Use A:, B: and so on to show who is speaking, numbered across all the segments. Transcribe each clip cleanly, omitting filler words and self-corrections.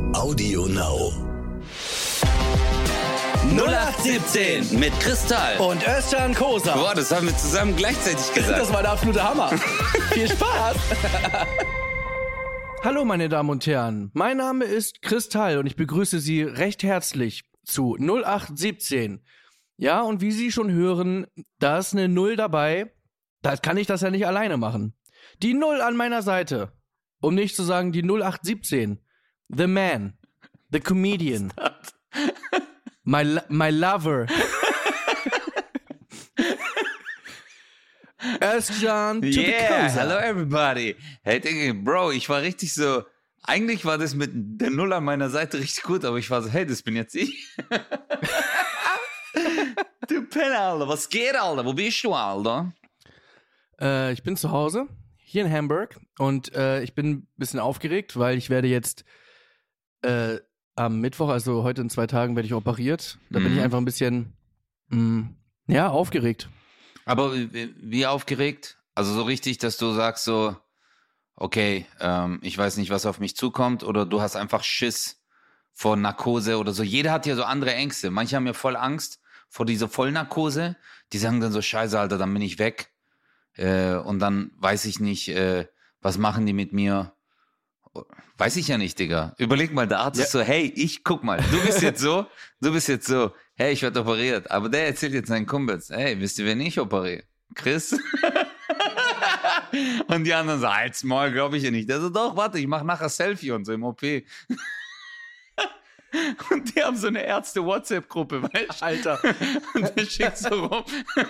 A: Audio Now.
B: 0817 mit Kristall
C: und Özcan Kosa.
B: Boah, das haben wir zusammen gleichzeitig gesagt.
C: Das war der absolute Hammer. Viel Spaß. Hallo meine Damen und Herren, mein Name ist Kristall und ich begrüße Sie recht herzlich zu 0817. Ja, und wie Sie schon hören, da ist eine 0 dabei, da kann ich das ja nicht alleine machen. Die 0 an meiner Seite, um nicht zu sagen die 0817. The man, the comedian, my lover. Özcan to the Kosa.
B: Hello everybody. Hey, Bro, ich war richtig so, eigentlich war das mit der 0 an meiner Seite richtig gut, aber ich war so, hey, das bin jetzt ich. Du Penner, Alter, was geht, Alter? Wo bist du, Alter?
C: Ich bin zu Hause, hier in Hamburg, und ich bin ein bisschen aufgeregt, weil ich werde jetzt am Mittwoch, also heute in 2 Tagen, werde ich operiert. Da bin ich einfach ein bisschen, aufgeregt.
B: Aber wie aufgeregt? Also so richtig, dass du sagst so, okay, ich weiß nicht, was auf mich zukommt, oder du hast einfach Schiss vor Narkose oder so. Jeder hat ja so andere Ängste. Manche haben ja voll Angst vor dieser Vollnarkose. Die sagen dann so, scheiße, Alter, dann bin ich weg. Und dann weiß ich nicht, was machen die mit mir? Weiß ich ja nicht, Digga. Überleg mal, der Arzt ist so, hey, guck mal, du bist jetzt so, hey, ich werde operiert. Aber der erzählt jetzt seinen Kumpels, hey, wisst ihr, wen ich operiere? Chris? Und die anderen so, halt's Maul, glaube ich ja nicht. Der so, doch, warte, ich mache nachher Selfie und so im OP. Und die haben so eine Ärzte-WhatsApp-Gruppe, weißt du?
C: Alter.
B: Und der schickt so rum.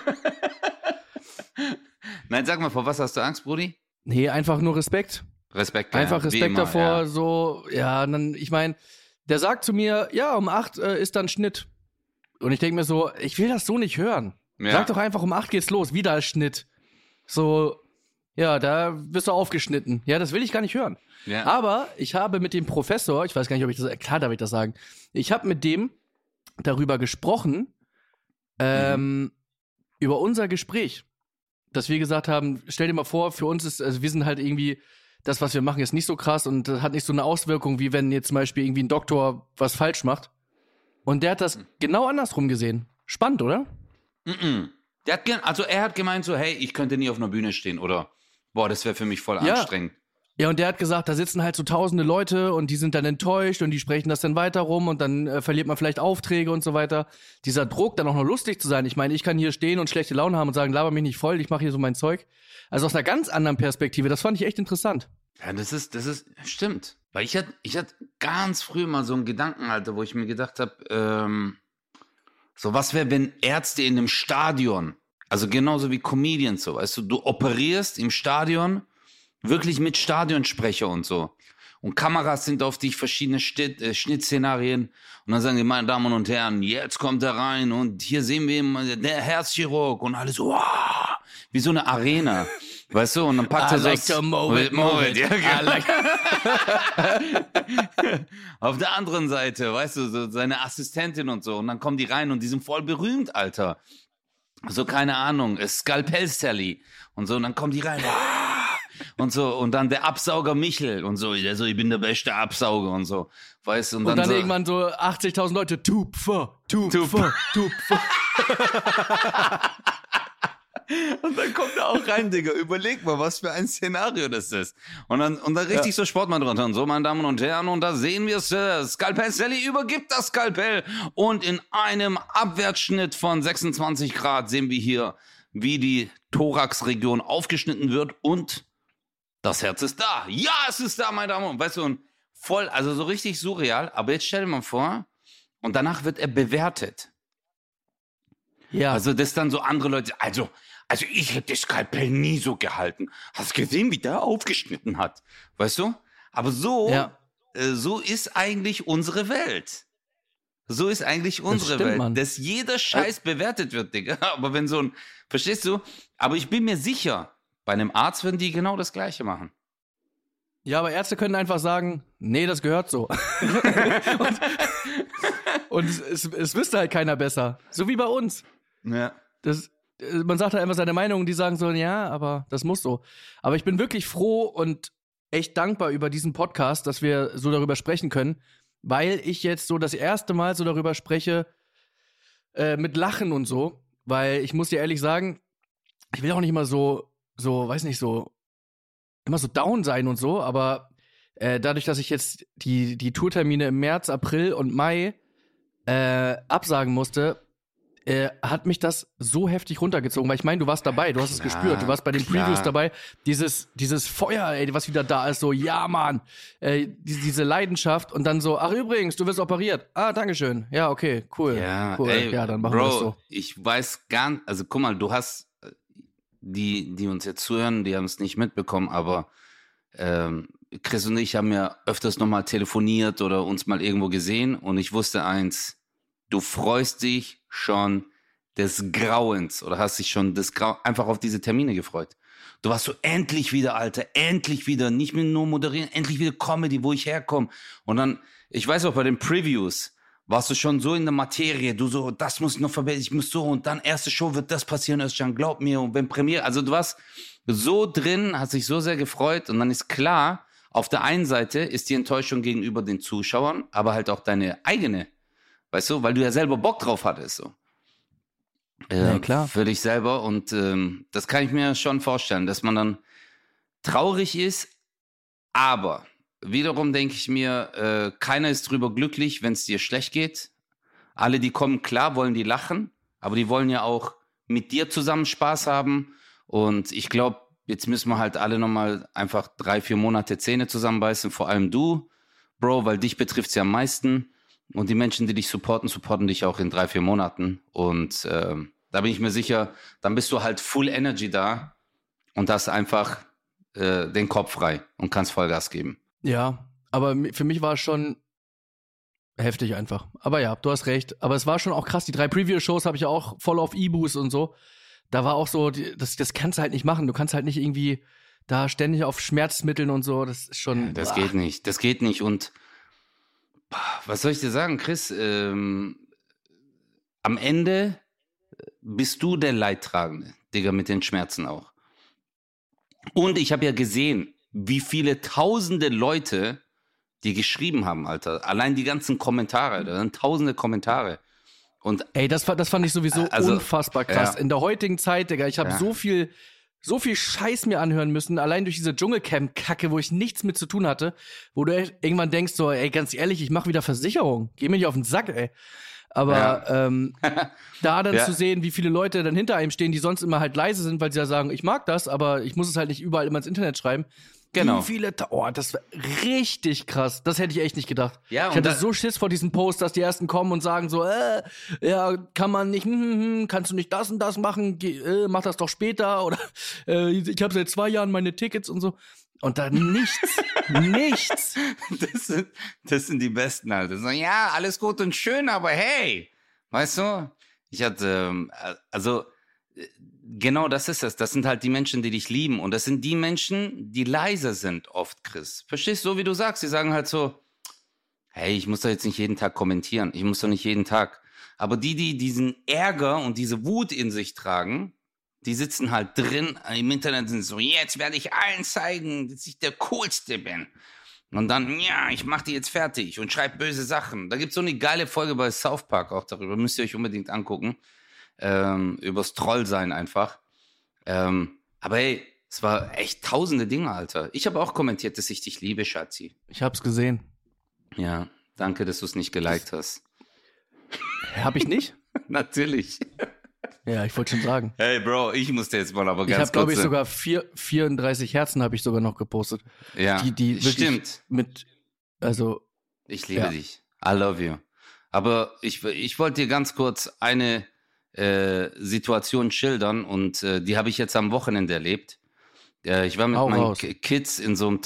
B: Nein, sag mal, vor was hast du Angst, Brudi?
C: Nee, einfach nur Respekt.
B: Respekt.
C: Einfach Respekt
B: immer,
C: davor,
B: ja.
C: so, ja, dann, ich meine, der sagt zu mir, ja, um 8 ist dann Schnitt. Und ich denke mir so, ich will das so nicht hören.
B: Ja.
C: Sag doch einfach, um 8 geht's los, wieder ist Schnitt. So, ja, da wirst du aufgeschnitten. Ja, das will ich gar nicht hören.
B: Ja.
C: Aber ich habe mit dem Professor, ich weiß gar nicht, ob ich das, klar darf ich das sagen, ich habe mit dem darüber gesprochen, über unser Gespräch. Dass wir gesagt haben, stell dir mal vor, für uns ist, also wir sind halt irgendwie, das, was wir machen, ist nicht so krass und hat nicht so eine Auswirkung, wie wenn jetzt zum Beispiel irgendwie ein Doktor was falsch macht. Und der hat das genau andersrum gesehen. Spannend, oder?
B: Er hat gemeint so, hey, ich könnte nie auf einer Bühne stehen, oder, boah, das wäre für mich voll anstrengend.
C: Ja, und der hat gesagt, da sitzen halt so tausende Leute und die sind dann enttäuscht und die sprechen das dann weiter rum und dann verliert man vielleicht Aufträge und so weiter. Dieser Druck, dann auch noch lustig zu sein. Ich meine, ich kann hier stehen und schlechte Laune haben und sagen, laber mich nicht voll, ich mache hier so mein Zeug. Also aus einer ganz anderen Perspektive, das fand ich echt interessant.
B: Ja, das ist, stimmt. Weil ich hatte ganz früh mal so einen Gedanken, Alter, wo ich mir gedacht habe, so was wäre, wenn Ärzte in einem Stadion, also genauso wie Comedians so, weißt du operierst im Stadion, wirklich mit Stadionsprecher und so. Und Kameras sind auf dich, verschiedene Schnittszenarien. Und dann sagen die, meine Damen und Herren, jetzt kommt er rein und hier sehen wir ihn, der Herzchirurg und alles so, wow, wie so eine Arena. Weißt du, und dann packt er so...
C: Move it.
B: Ja, genau. Auf der anderen Seite, weißt du, so seine Assistentin und so. Und dann kommen die rein und die sind voll berühmt, Alter. So, keine Ahnung, Skalpell-Sally. Und so, und dann kommen die rein, und so, und dann der Absauger Michel und so, der so, ich bin der beste Absauger und so, weißt du, und dann
C: so,
B: irgendwann
C: so 80.000 Leute, Tupfer.
B: Und dann kommt er auch rein, Digga, überleg mal, was für ein Szenario das ist. Und dann richtig so Sportmann drunter und so, meine Damen und Herren, und da sehen wir es, Skalpell Sally übergibt das Skalpell und in einem Abwärtsschnitt von 26 Grad sehen wir hier, wie die Thoraxregion aufgeschnitten wird und das Herz ist da. Ja, es ist da, meine Damen und Herren. Weißt du, und voll, also so richtig surreal. Aber jetzt stell dir mal vor, und danach wird er bewertet.
C: Ja.
B: Also das dann so andere Leute, also ich hätte das Skalpell nie so gehalten. Hast du gesehen, wie der aufgeschnitten hat? Weißt du? Aber so ist eigentlich unsere Welt. So ist eigentlich unsere Welt,
C: Mann.
B: dass jeder Scheiß bewertet wird, Digga. Aber wenn so ein, verstehst du? Aber ich bin mir sicher, bei einem Arzt würden die genau das Gleiche machen.
C: Ja, aber Ärzte können einfach sagen, nee, das gehört so. und es wüsste halt keiner besser. So wie bei uns.
B: Ja.
C: Man sagt halt einfach seine Meinung und die sagen so, ja, aber das muss so. Aber ich bin wirklich froh und echt dankbar über diesen Podcast, dass wir so darüber sprechen können, weil ich jetzt so das erste Mal so darüber spreche, mit Lachen und so, weil ich muss dir ehrlich sagen, ich will auch nicht immer so, weiß nicht, so immer so down sein und so, aber dadurch, dass ich jetzt die Tourtermine im März, April und Mai absagen musste, hat mich das so heftig runtergezogen, weil ich meine, du warst dabei, du hast es gespürt, du warst bei den Previews dabei, dieses Feuer, ey, was wieder da ist, so, ja, Mann, diese Leidenschaft und dann so, ach übrigens, du wirst operiert, dankeschön, ja, okay, cool,
B: Ja,
C: cool,
B: ey,
C: ja, dann machen
B: Bro,
C: wir das so.
B: ich weiß gar nicht, also guck mal, du hast, die uns jetzt zuhören, die haben es nicht mitbekommen, aber Chris und ich haben ja öfters nochmal telefoniert oder uns mal irgendwo gesehen und ich wusste eins, du freust dich schon des Grauens oder hast dich schon einfach auf diese Termine gefreut. Du warst so, endlich wieder, Alter, endlich wieder, nicht mehr nur moderieren, endlich wieder Comedy, wo ich herkomme. Und dann, ich weiß auch, bei den Previews warst du schon so in der Materie, du so, das muss ich noch verbessern, ich muss so und dann erste Show wird das passieren, Özcan, glaub mir, und wenn Premiere, also du warst so drin, hast dich so sehr gefreut und dann ist klar, auf der einen Seite ist die Enttäuschung gegenüber den Zuschauern, aber halt auch deine eigene. Weißt du, weil du ja selber Bock drauf hattest, so.
C: Ja, klar.
B: Für dich selber und das kann ich mir schon vorstellen, dass man dann traurig ist, aber wiederum denke ich mir, keiner ist drüber glücklich, wenn es dir schlecht geht. Alle, die kommen, klar, wollen die lachen, aber die wollen ja auch mit dir zusammen Spaß haben und ich glaube, jetzt müssen wir halt alle nochmal einfach 3-4 Monate Zähne zusammenbeißen, vor allem du, Bro, weil dich betrifft es ja am meisten. Und die Menschen, die dich supporten dich auch in 3-4 Monaten. Und da bin ich mir sicher, dann bist du halt full Energy da und hast einfach den Kopf frei und kannst Vollgas geben.
C: Ja, aber für mich war es schon heftig einfach. Aber ja, du hast recht. Aber es war schon auch krass. Die 3 Preview-Shows habe ich ja auch voll auf E-Boost und so. Da war auch so, das kannst du halt nicht machen. Du kannst halt nicht irgendwie da ständig auf Schmerzmitteln und so. Das ist schon.
B: Das geht nicht. Das geht nicht. Und was soll ich dir sagen, Chris? Am Ende bist du der Leidtragende, Digga, mit den Schmerzen auch. Und ich habe ja gesehen, wie viele tausende Leute die geschrieben haben, Alter. Allein die ganzen Kommentare, da sind tausende Kommentare. Und
C: ey, das fand ich sowieso unfassbar krass.
B: Ja.
C: In der heutigen Zeit, Digga, ich habe so viel Scheiß mir anhören müssen, allein durch diese Dschungelcamp-Kacke, wo ich nichts mit zu tun hatte, wo du irgendwann denkst so, ey, ganz ehrlich, ich mache wieder Versicherung. Geh mir nicht auf den Sack, ey. Aber da dann zu sehen, wie viele Leute dann hinter einem stehen, die sonst immer halt leise sind, weil sie ja sagen, ich mag das, aber ich muss es halt nicht überall immer ins Internet schreiben.
B: Genau.
C: Wie viele, das war richtig krass. Das hätte ich echt nicht gedacht.
B: Ja,
C: ich hatte so Schiss vor diesem Post, dass die ersten kommen und sagen so, ja, kann man nicht, kannst du nicht das und das machen, mach das doch später oder ich habe seit 2 Jahren meine Tickets und so. Und dann nichts.
B: Das sind die Besten, Alter. So, ja, alles gut und schön, aber hey, weißt du, ich hatte, genau das ist es. Das sind halt die Menschen, die dich lieben. Und das sind die Menschen, die leiser sind oft, Chris. Verstehst du, so wie du sagst? Die sagen halt so, hey, ich muss doch jetzt nicht jeden Tag kommentieren. Ich muss doch nicht jeden Tag. Aber die diesen Ärger und diese Wut in sich tragen, die sitzen halt drin im Internet und sind so, jetzt werde ich allen zeigen, dass ich der Coolste bin. Und dann, ja, ich mach die jetzt fertig und schreib böse Sachen. Da gibt's so eine geile Folge bei South Park auch darüber. Müsst ihr euch unbedingt angucken. Übers Trollsein einfach. Aber hey, es war echt tausende Dinge, Alter. Ich habe auch kommentiert, dass ich dich liebe, Schatzi.
C: Ich hab's gesehen.
B: Ja, danke, dass du es nicht geliked hast.
C: Hab ich nicht?
B: Natürlich.
C: Ja, ich wollte schon sagen.
B: Hey, Bro, ich musste jetzt mal aber ganz kurz...
C: Ich habe, glaube ich, sogar 34 Herzen habe ich sogar noch gepostet.
B: Ja,
C: die
B: stimmt.
C: Ich
B: liebe dich. I love you. Aber ich wollte dir ganz kurz eine Situation schildern und die habe ich jetzt am Wochenende erlebt. Ich war mit meinen Kids in so einem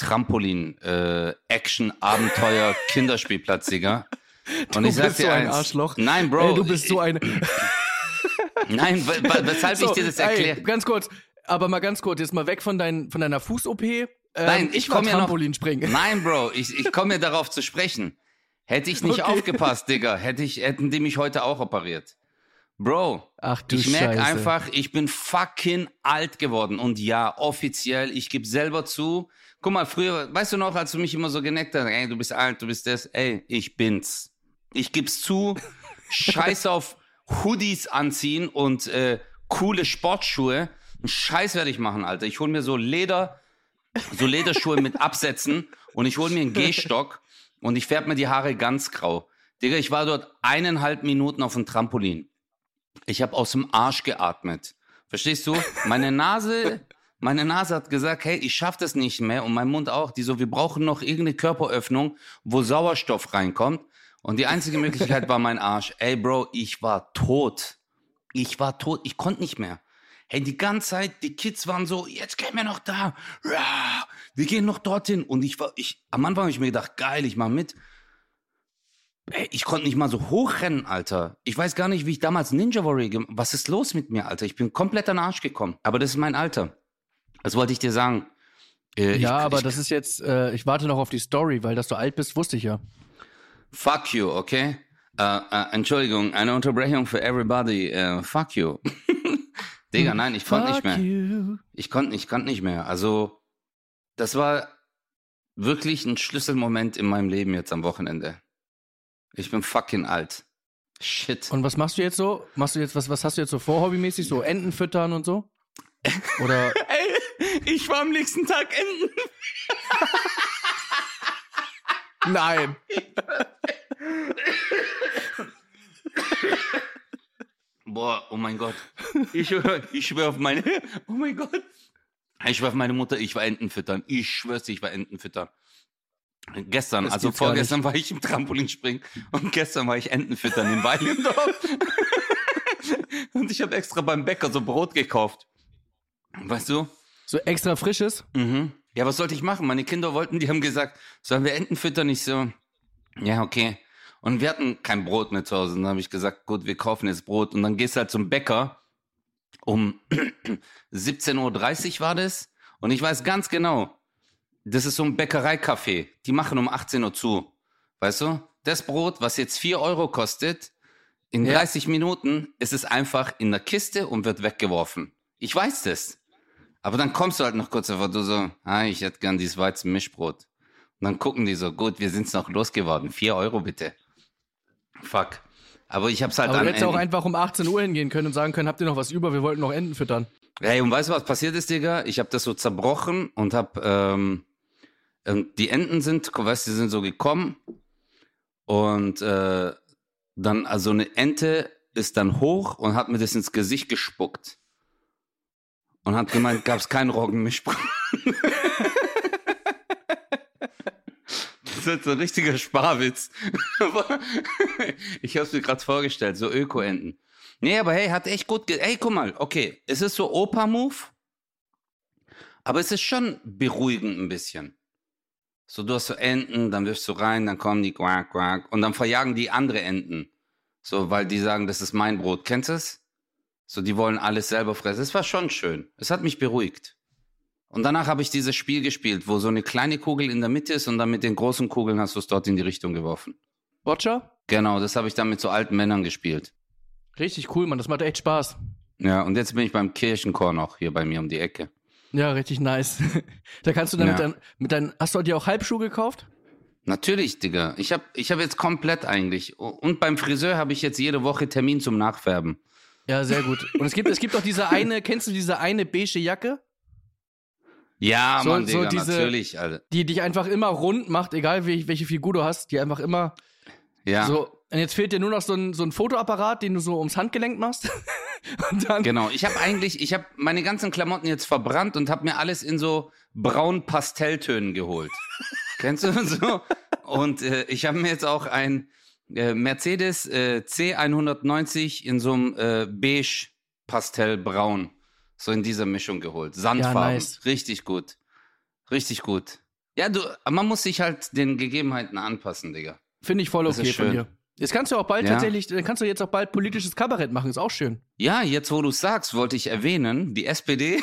B: Trampolin-Action-Abenteuer-Kinderspielplatz, Digga. Und ich sag dir
C: ein Arschloch.
B: Nein, Bro.
C: Ey, du bist so ein...
B: Nein, weshalb ich dir das erkläre.
C: Ganz kurz, aber mal ganz kurz, jetzt mal weg von deiner Fuß-OP.
B: Nein, ich komme ja
C: Trampolin springen.
B: Nein, Bro, ich komme ja darauf zu sprechen. Hätte ich nicht aufgepasst, Digga, hätten die mich heute auch operiert. Bro, ich merke einfach, ich bin fucking alt geworden. Und ja, offiziell, ich gebe selber zu, Guck mal, früher, weißt du noch, als du mich immer so geneckt hast, ey, du bist alt, du bist das, ey, ich bin's. Ich geb's zu, scheiß auf Hoodies anziehen und coole Sportschuhe. Einen Scheiß werde ich machen, Alter. Ich hol mir so Lederschuhe mit Absätzen und ich hol mir einen Gehstock und ich färbe mir die Haare ganz grau. Digga, ich war dort 1,5 Minuten auf dem Trampolin. Ich habe aus dem Arsch geatmet. Verstehst du? Meine Nase hat gesagt, hey, ich schaff das nicht mehr. Und mein Mund auch. Die so, wir brauchen noch irgendeine Körperöffnung, wo Sauerstoff reinkommt. Und die einzige Möglichkeit war mein Arsch. Ey, Bro, ich war tot. Ich konnte nicht mehr. Hey, die ganze Zeit, die Kids waren so, jetzt gehen wir noch da. Wir gehen noch dorthin. Und am Anfang habe ich mir gedacht, geil, ich mach mit. Ey, ich konnte nicht mal so hochrennen, Alter. Ich weiß gar nicht, wie ich damals Ninja Warrior gemacht habe. Was ist los mit mir, Alter? Ich bin komplett an den Arsch gekommen. Aber das ist mein Alter. Das wollte ich dir sagen.
C: Das ist jetzt, ich warte noch auf die Story, weil dass du alt bist, wusste ich ja.
B: Fuck you, okay? Entschuldigung, eine Unterbrechung für everybody. Fuck you. Digga, nein, ich konnte nicht mehr. Ich konnte nicht mehr. Also, das war wirklich ein Schlüsselmoment in meinem Leben jetzt am Wochenende. Ich bin fucking alt. Shit.
C: Und was machst du jetzt so? Was hast du jetzt so vor, hobbymäßig? So Enten füttern und so? Oder?
B: Ey, ich war am nächsten Tag Enten.
C: Nein.
B: Boah, oh mein Gott. Ich schwör auf meine, oh mein Gott. Ich schwör auf meine Mutter, ich war Enten füttern. Ich schwör's dir, ich war Enten füttern. Gestern, also vorgestern war ich im Trampolinspringen und gestern war ich Enten füttern in Weilendorf. Und ich habe extra beim Bäcker so Brot gekauft. Weißt du?
C: So extra frisches?
B: Mhm. Ja, was sollte ich machen? Meine Kinder die haben gesagt, sollen wir Enten füttern? Ich so, ja, okay. Und wir hatten kein Brot mehr zu Hause. Und dann habe ich gesagt, gut, wir kaufen jetzt Brot. Und dann gehst du halt zum Bäcker. Um 17:30 Uhr war das. Und ich weiß ganz genau, das ist so ein Bäckereicafé. Die machen um 18 Uhr zu. Weißt du? Das Brot, was jetzt 4 Euro kostet, in 30 Minuten ist es einfach in der Kiste und wird weggeworfen. Ich weiß das. Aber dann kommst du halt noch kurz davor, du so, ich hätte gern dieses Weizenmischbrot. Und dann gucken die so, gut, wir sind's noch losgeworden. 4 Euro bitte. Fuck. Aber ich hab's halt
C: aber du hättest auch einfach um 18 Uhr hingehen können und sagen können, habt ihr noch was über, wir wollten noch Enten füttern.
B: Hey, und weißt du, was passiert ist, Digga? Ich hab das so zerbrochen und hab, die Enten sind so gekommen und dann, also eine Ente ist dann hoch und hat mir das ins Gesicht gespuckt. Und hat gemeint, gab's keinen Roggenmischbrot. Das ist halt so ein richtiger Sparwitz. Aber ich hab's mir gerade vorgestellt, so Öko-Enten. Nee, aber hey, hat echt gut Hey, guck mal, okay, es ist so Opa-Move, aber es ist schon beruhigend ein bisschen. So, du hast so Enten, dann wirfst du rein, dann kommen die quack, quack und dann verjagen die andere Enten. So, weil die sagen, das ist mein Brot. Kennst du es? So, die wollen alles selber fressen. Es war schon schön. Es hat mich beruhigt. Und danach habe ich dieses Spiel gespielt, wo so eine kleine Kugel in der Mitte ist und dann mit den großen Kugeln hast du es dort in die Richtung geworfen.
C: Boccia?
B: Genau, das habe ich dann mit so alten Männern gespielt.
C: Richtig cool, Mann. Das macht echt Spaß.
B: Ja, und jetzt bin ich beim Kirchenchor noch hier bei mir um die Ecke.
C: Ja, richtig nice. Da kannst du dann mit deinen, hast du dir auch Halbschuh gekauft?
B: Natürlich, Digga. Ich hab jetzt komplett eigentlich. Und beim Friseur habe ich jetzt jede Woche Termin zum Nachfärben.
C: Ja, sehr gut. Und es gibt auch diese eine, kennst du diese eine beige Jacke?
B: Ja, Mann, Digga, natürlich, Alter.
C: Die dich einfach immer rund macht, egal welche Figur du hast, die einfach immer so. Und jetzt fehlt dir nur noch so ein Fotoapparat, den du so ums Handgelenk machst. Und dann
B: genau, ich habe meine ganzen Klamotten jetzt verbrannt und habe mir alles in so braun Pastelltönen geholt. Kennst du so? Und ich habe mir jetzt auch ein Mercedes C190 in so einem beige Pastellbraun, so in dieser Mischung geholt. Sandfarben, ja, nice. Richtig gut. Richtig gut. Ja, man muss sich halt den Gegebenheiten anpassen, Digga.
C: Finde ich voll okay von dir. Jetzt kannst du auch bald kannst du jetzt auch bald politisches Kabarett machen, ist auch schön.
B: Ja, jetzt wo du es sagst, wollte ich erwähnen, die SPD.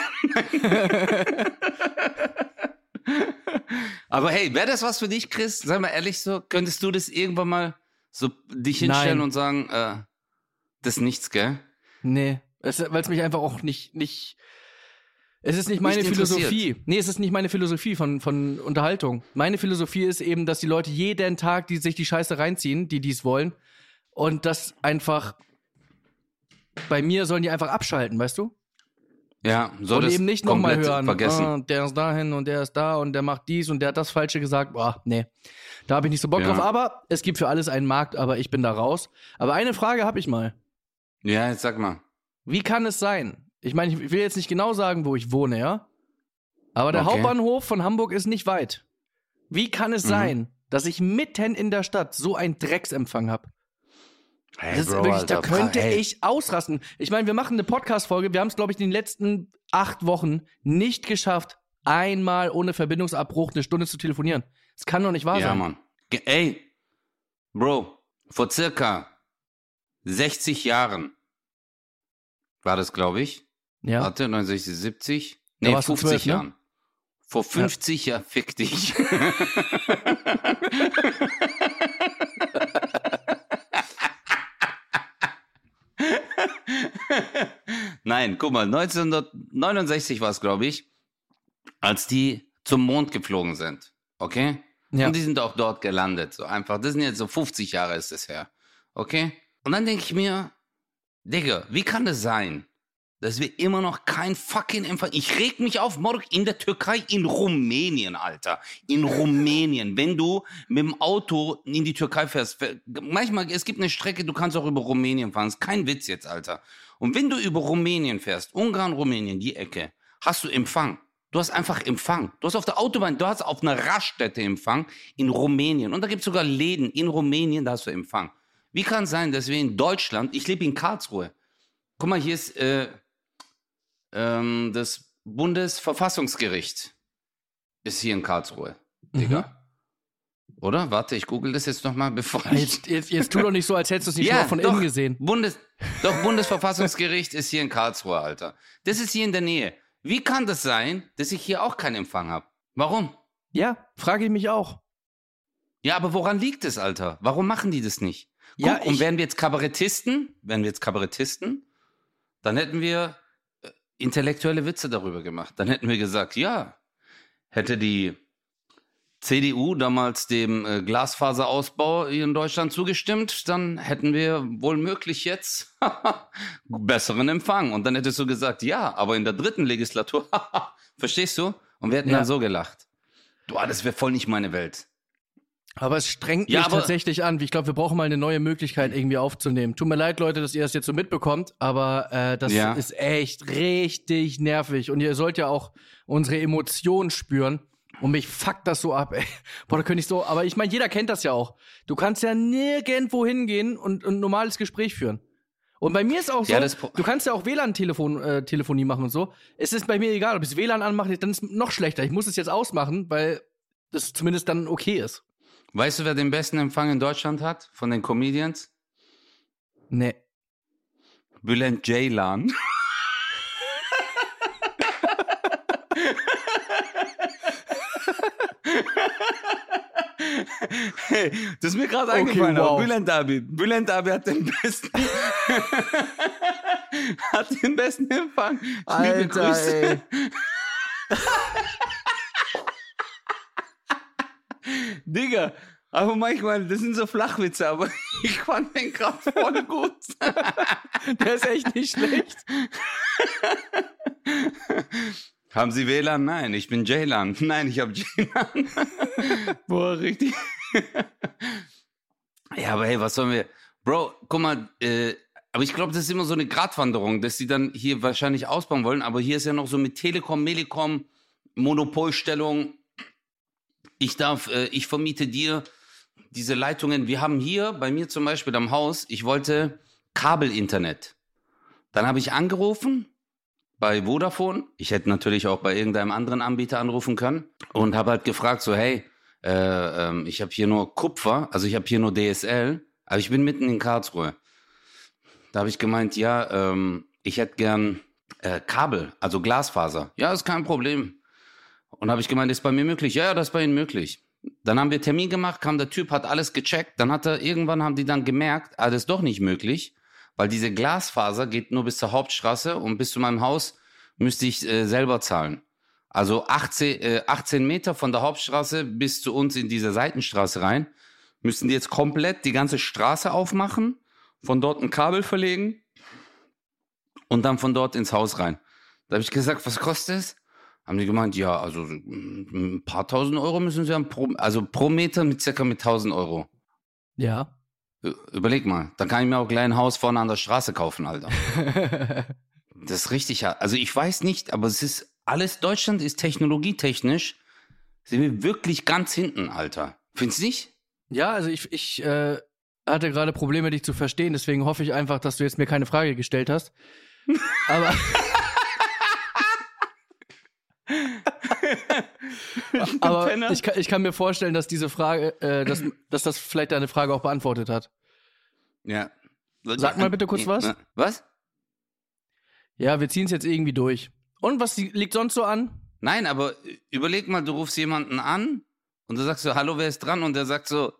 B: Aber hey, wäre das was für dich, Chris? Sei mal ehrlich so, könntest du das irgendwann mal so dich hinstellen und sagen, das ist nichts, gell?
C: Nee, weil es mich einfach auch nicht Es ist nicht meine
B: Nicht
C: Philosophie. Nee, es ist nicht meine Philosophie von Unterhaltung. Meine Philosophie ist eben, dass die Leute jeden Tag sich die Scheiße reinziehen, die es wollen. Und das einfach, bei mir sollen die einfach abschalten, weißt du?
B: Ja, so
C: Und
B: das
C: eben nicht nochmal
B: komplett
C: hören,
B: vergessen.
C: der ist dahin und der ist da und der macht dies und der hat das Falsche gesagt. Boah, nee, da habe ich nicht so Bock
B: Ja.
C: drauf. Aber es gibt für alles einen Markt, aber ich bin da raus. Aber eine Frage habe ich mal.
B: Ja, jetzt sag mal.
C: Wie kann es sein? Ich meine, ich will jetzt nicht genau sagen, wo ich wohne, ja? Aber der
B: Okay.
C: Hauptbahnhof von Hamburg ist nicht weit. Wie kann es sein, dass ich mitten in der Stadt so einen Drecksempfang habe?
B: Hey,
C: Das ist
B: Bro,
C: wirklich, da
B: Alter,
C: könnte
B: hey.
C: ich ausrasten. Ich meine, wir machen eine Podcast-Folge. Wir haben es, glaube ich, in den letzten 8 Wochen nicht geschafft, einmal ohne Verbindungsabbruch eine Stunde zu telefonieren. Das kann doch nicht wahr
B: Ja,
C: sein.
B: Mann. Ey, Bro, vor circa 60 Jahren war das, glaube ich.
C: Ja.
B: Warte, 69, 70.
C: Da
B: Nee,
C: warst du
B: 50
C: 12, ne?
B: Jahren. Vor 50 Jahren, fick dich. Nein, guck mal, 1969 war es, glaube ich, als die zum Mond geflogen sind. Okay?
C: Ja.
B: Und die sind auch dort gelandet. So einfach. Das sind jetzt so 50 Jahre ist es her. Okay? Und dann denke ich mir, Digga, wie kann das sein, dass wir immer noch kein fucking Empfang... Ich reg mich auf, morgen in der Türkei, in Rumänien, Alter. In Rumänien. Wenn du mit dem Auto in die Türkei fährst, manchmal, es gibt eine Strecke, du kannst auch über Rumänien fahren. Das ist kein Witz jetzt, Alter. Und wenn du über Rumänien fährst, Ungarn, Rumänien, die Ecke, hast du Empfang. Du hast einfach Empfang. Du hast auf der Autobahn, du hast auf einer Raststätte Empfang in Rumänien. Und da gibt es sogar Läden in Rumänien, da hast du Empfang. Wie kann es sein, dass wir in Deutschland, ich lebe in Karlsruhe, guck mal, hier ist das Bundesverfassungsgericht ist hier in Karlsruhe, Digga. Oder? Warte, ich google das jetzt nochmal, bevor ich...
C: Jetzt tu doch nicht so, als hättest du es nicht schon mal von
B: doch,
C: innen gesehen.
B: Bundesverfassungsgericht ist hier in Karlsruhe, Alter. Das ist hier in der Nähe. Wie kann das sein, dass ich hier auch keinen Empfang habe? Warum?
C: Ja, frage ich mich auch.
B: Ja, aber woran liegt es, Alter? Warum machen die das nicht? Guck,
C: Ja,
B: und wären wir jetzt Kabarettisten, dann hätten wir intellektuelle Witze darüber gemacht. Dann hätten wir gesagt, ja, hätte die CDU damals dem Glasfaserausbau hier in Deutschland zugestimmt, dann hätten wir wohl möglich jetzt besseren Empfang. Und dann hättest du gesagt, ja, aber in der 3. Legislatur, verstehst du? Und wir hätten dann so gelacht. Du, das wäre voll nicht meine Welt.
C: Aber es strengt mich
B: Ja, aber-
C: tatsächlich an. Ich glaube, wir brauchen mal eine neue Möglichkeit irgendwie aufzunehmen. Tut mir leid, Leute, dass ihr das jetzt so mitbekommt, aber das
B: Ja.
C: ist echt richtig nervig. Und ihr sollt ja auch unsere Emotionen spüren. Und mich fuckt das so ab, ey. Boah, da könnte ich so, aber ich meine, jeder kennt das ja auch. Du kannst ja nirgendwo hingehen und ein normales Gespräch führen. Und bei mir ist auch so,
B: Ja,
C: du kannst ja auch WLAN-Telefonie machen und so. Es ist bei mir egal, ob ich das WLAN anmache, dann ist es noch schlechter. Ich muss es jetzt ausmachen, weil das zumindest dann okay ist.
B: Weißt du, wer den besten Empfang in Deutschland hat von den Comedians?
C: Nee.
B: Bülent Ceylan. Hey, das ist mir gerade eingefallen.
C: wow.
B: Aber Bülent Abi hat den besten Empfang. Liebe Grüße.
C: ey.
B: Digga, aber manchmal, das sind so Flachwitze, aber ich fand den gerade voll gut.
C: Der ist echt nicht schlecht.
B: Haben Sie WLAN? Nein, ich bin Ceylan. Nein, ich habe Ceylan. Boah, richtig. Ja, aber hey, was sollen wir... Bro, guck mal, aber ich glaube, das ist immer so eine Gratwanderung, dass sie dann hier wahrscheinlich ausbauen wollen, aber hier ist ja noch so mit Telekom, Melekom, Monopolstellung. Ich vermiete dir diese Leitungen. Wir haben hier bei mir zum Beispiel am Haus, ich wollte Kabelinternet. Dann habe ich angerufen bei Vodafone. Ich hätte natürlich auch bei irgendeinem anderen Anbieter anrufen können und habe halt gefragt so, hey, ich habe hier nur Kupfer, also ich habe hier nur DSL, aber ich bin mitten in Karlsruhe. Da habe ich gemeint, ja, ich hätte gern Kabel, also Glasfaser. Ja, ist kein Problem. Und habe ich gemeint, ist bei mir möglich? Ja, das ist bei Ihnen möglich. Dann haben wir Termin gemacht, kam der Typ, hat alles gecheckt. Dann irgendwann haben die dann gemerkt, das ist doch nicht möglich, weil diese Glasfaser geht nur bis zur Hauptstraße und bis zu meinem Haus müsste ich selber zahlen. Also 18 Meter von der Hauptstraße bis zu uns in diese Seitenstraße rein, müssten die jetzt komplett die ganze Straße aufmachen, von dort ein Kabel verlegen und dann von dort ins Haus rein. Da habe ich gesagt, was kostet es? Haben die gemeint, ja, also ein paar tausend Euro müssen sie haben, pro Meter mit circa mit 1.000 Euro.
C: Ja.
B: Überleg mal, dann kann ich mir auch gleich ein Haus vorne an der Straße kaufen, Alter. Das ist richtig, also ich weiß nicht, aber es ist alles, Deutschland ist technologietechnisch, sind wir wirklich ganz hinten, Alter. Findest du nicht?
C: Ja, also ich hatte gerade Probleme, dich zu verstehen, deswegen hoffe ich einfach, dass du jetzt mir keine Frage gestellt hast. Aber aber ich kann mir vorstellen, dass diese Frage, dass das vielleicht deine Frage auch beantwortet hat.
B: Ja.
C: Sag mal bitte kurz was.
B: Was?
C: Ja, wir ziehen es jetzt irgendwie durch. Und was liegt sonst so an?
B: Nein, aber überleg mal, du rufst jemanden an und du sagst so, hallo, wer ist dran? Und der sagt so,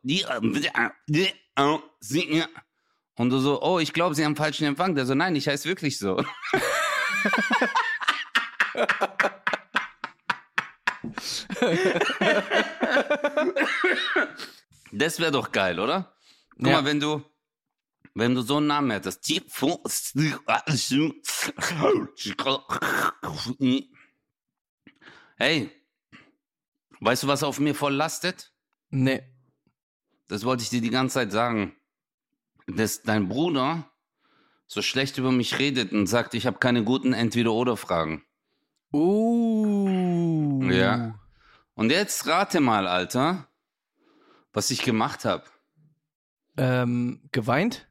B: und du so, oh, ich glaube, sie haben falschen Empfang. Der so, nein, ich heiße wirklich so. Das wäre doch geil, oder? Guck mal, wenn du so einen Namen hättest. Hey, weißt du, was auf mir voll lastet?
C: Nee.
B: Das wollte ich dir die ganze Zeit sagen. Dass dein Bruder so schlecht über mich redet und sagt, ich habe keine guten Entweder-oder-Fragen. Ja. Und jetzt rate mal, Alter, was ich gemacht habe.
C: Geweint?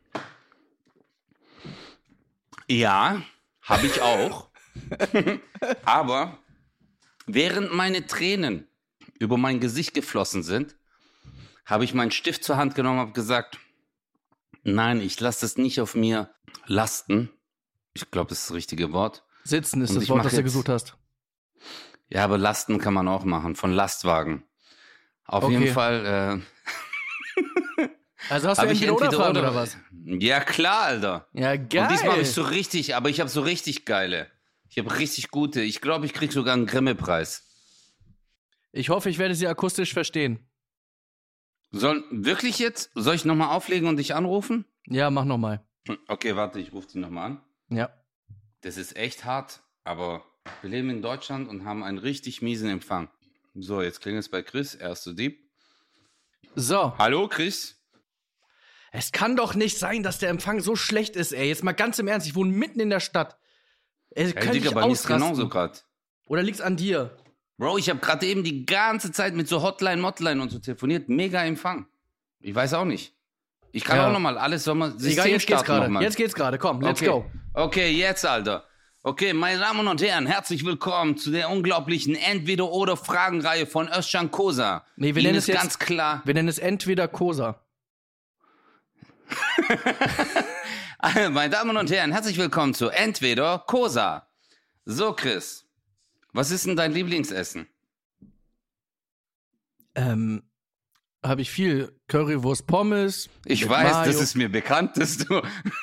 B: Ja, habe ich auch. Aber während meine Tränen über mein Gesicht geflossen sind, habe ich meinen Stift zur Hand genommen und habe gesagt, nein, ich lasse das nicht auf mir lasten. Ich glaube, das ist das richtige Wort.
C: Sitzen ist das Wort, das du gesucht hast.
B: Ja, aber Lasten kann man auch machen, von Lastwagen. Auf jeden Fall.
C: Also hast du Entweder-oder-Fragen oder was?
B: Ja, klar, Alter.
C: Ja, geil.
B: Und diesmal habe ich so richtig, aber ich habe so richtig geile. Ich habe richtig gute. Ich glaube, ich krieg sogar einen Grimme-Preis.
C: Ich hoffe, ich werde sie akustisch verstehen.
B: Wirklich jetzt? Soll ich nochmal auflegen und dich anrufen?
C: Ja, mach nochmal.
B: Okay, warte, ich rufe sie nochmal an.
C: Ja.
B: Das ist echt hart, aber wir leben in Deutschland und haben einen richtig miesen Empfang. So, jetzt klingelt es bei Chris, erste Dieb.
C: So.
B: Hallo, Chris.
C: Es kann doch nicht sein, dass der Empfang so schlecht ist, ey. Jetzt mal ganz im Ernst, ich wohne mitten in der Stadt. Ey,
B: Digga, bei mir ist genauso gerade.
C: Oder liegt's an dir?
B: Bro, ich habe gerade eben die ganze Zeit mit so Hotline und so telefoniert. Mega Empfang. Ich weiß auch nicht. Ich kann auch nochmal alles, soll man System
C: Egal,
B: starten.
C: Jetzt geht's gerade, komm, let's go.
B: Okay, jetzt, Alter. Okay, meine Damen und Herren, herzlich willkommen zu der unglaublichen Entweder-oder-Fragenreihe von Özcan Kosa.
C: Nee, wir nennen es jetzt ganz klar. Wir nennen es entweder Kosa.
B: Meine Damen und Herren, herzlich willkommen zu Entweder Kosa. So, Chris, was ist denn dein Lieblingsessen?
C: Habe ich viel Currywurst, Pommes.
B: Ich weiß, Mayo. Das ist mir bekannt, dass du...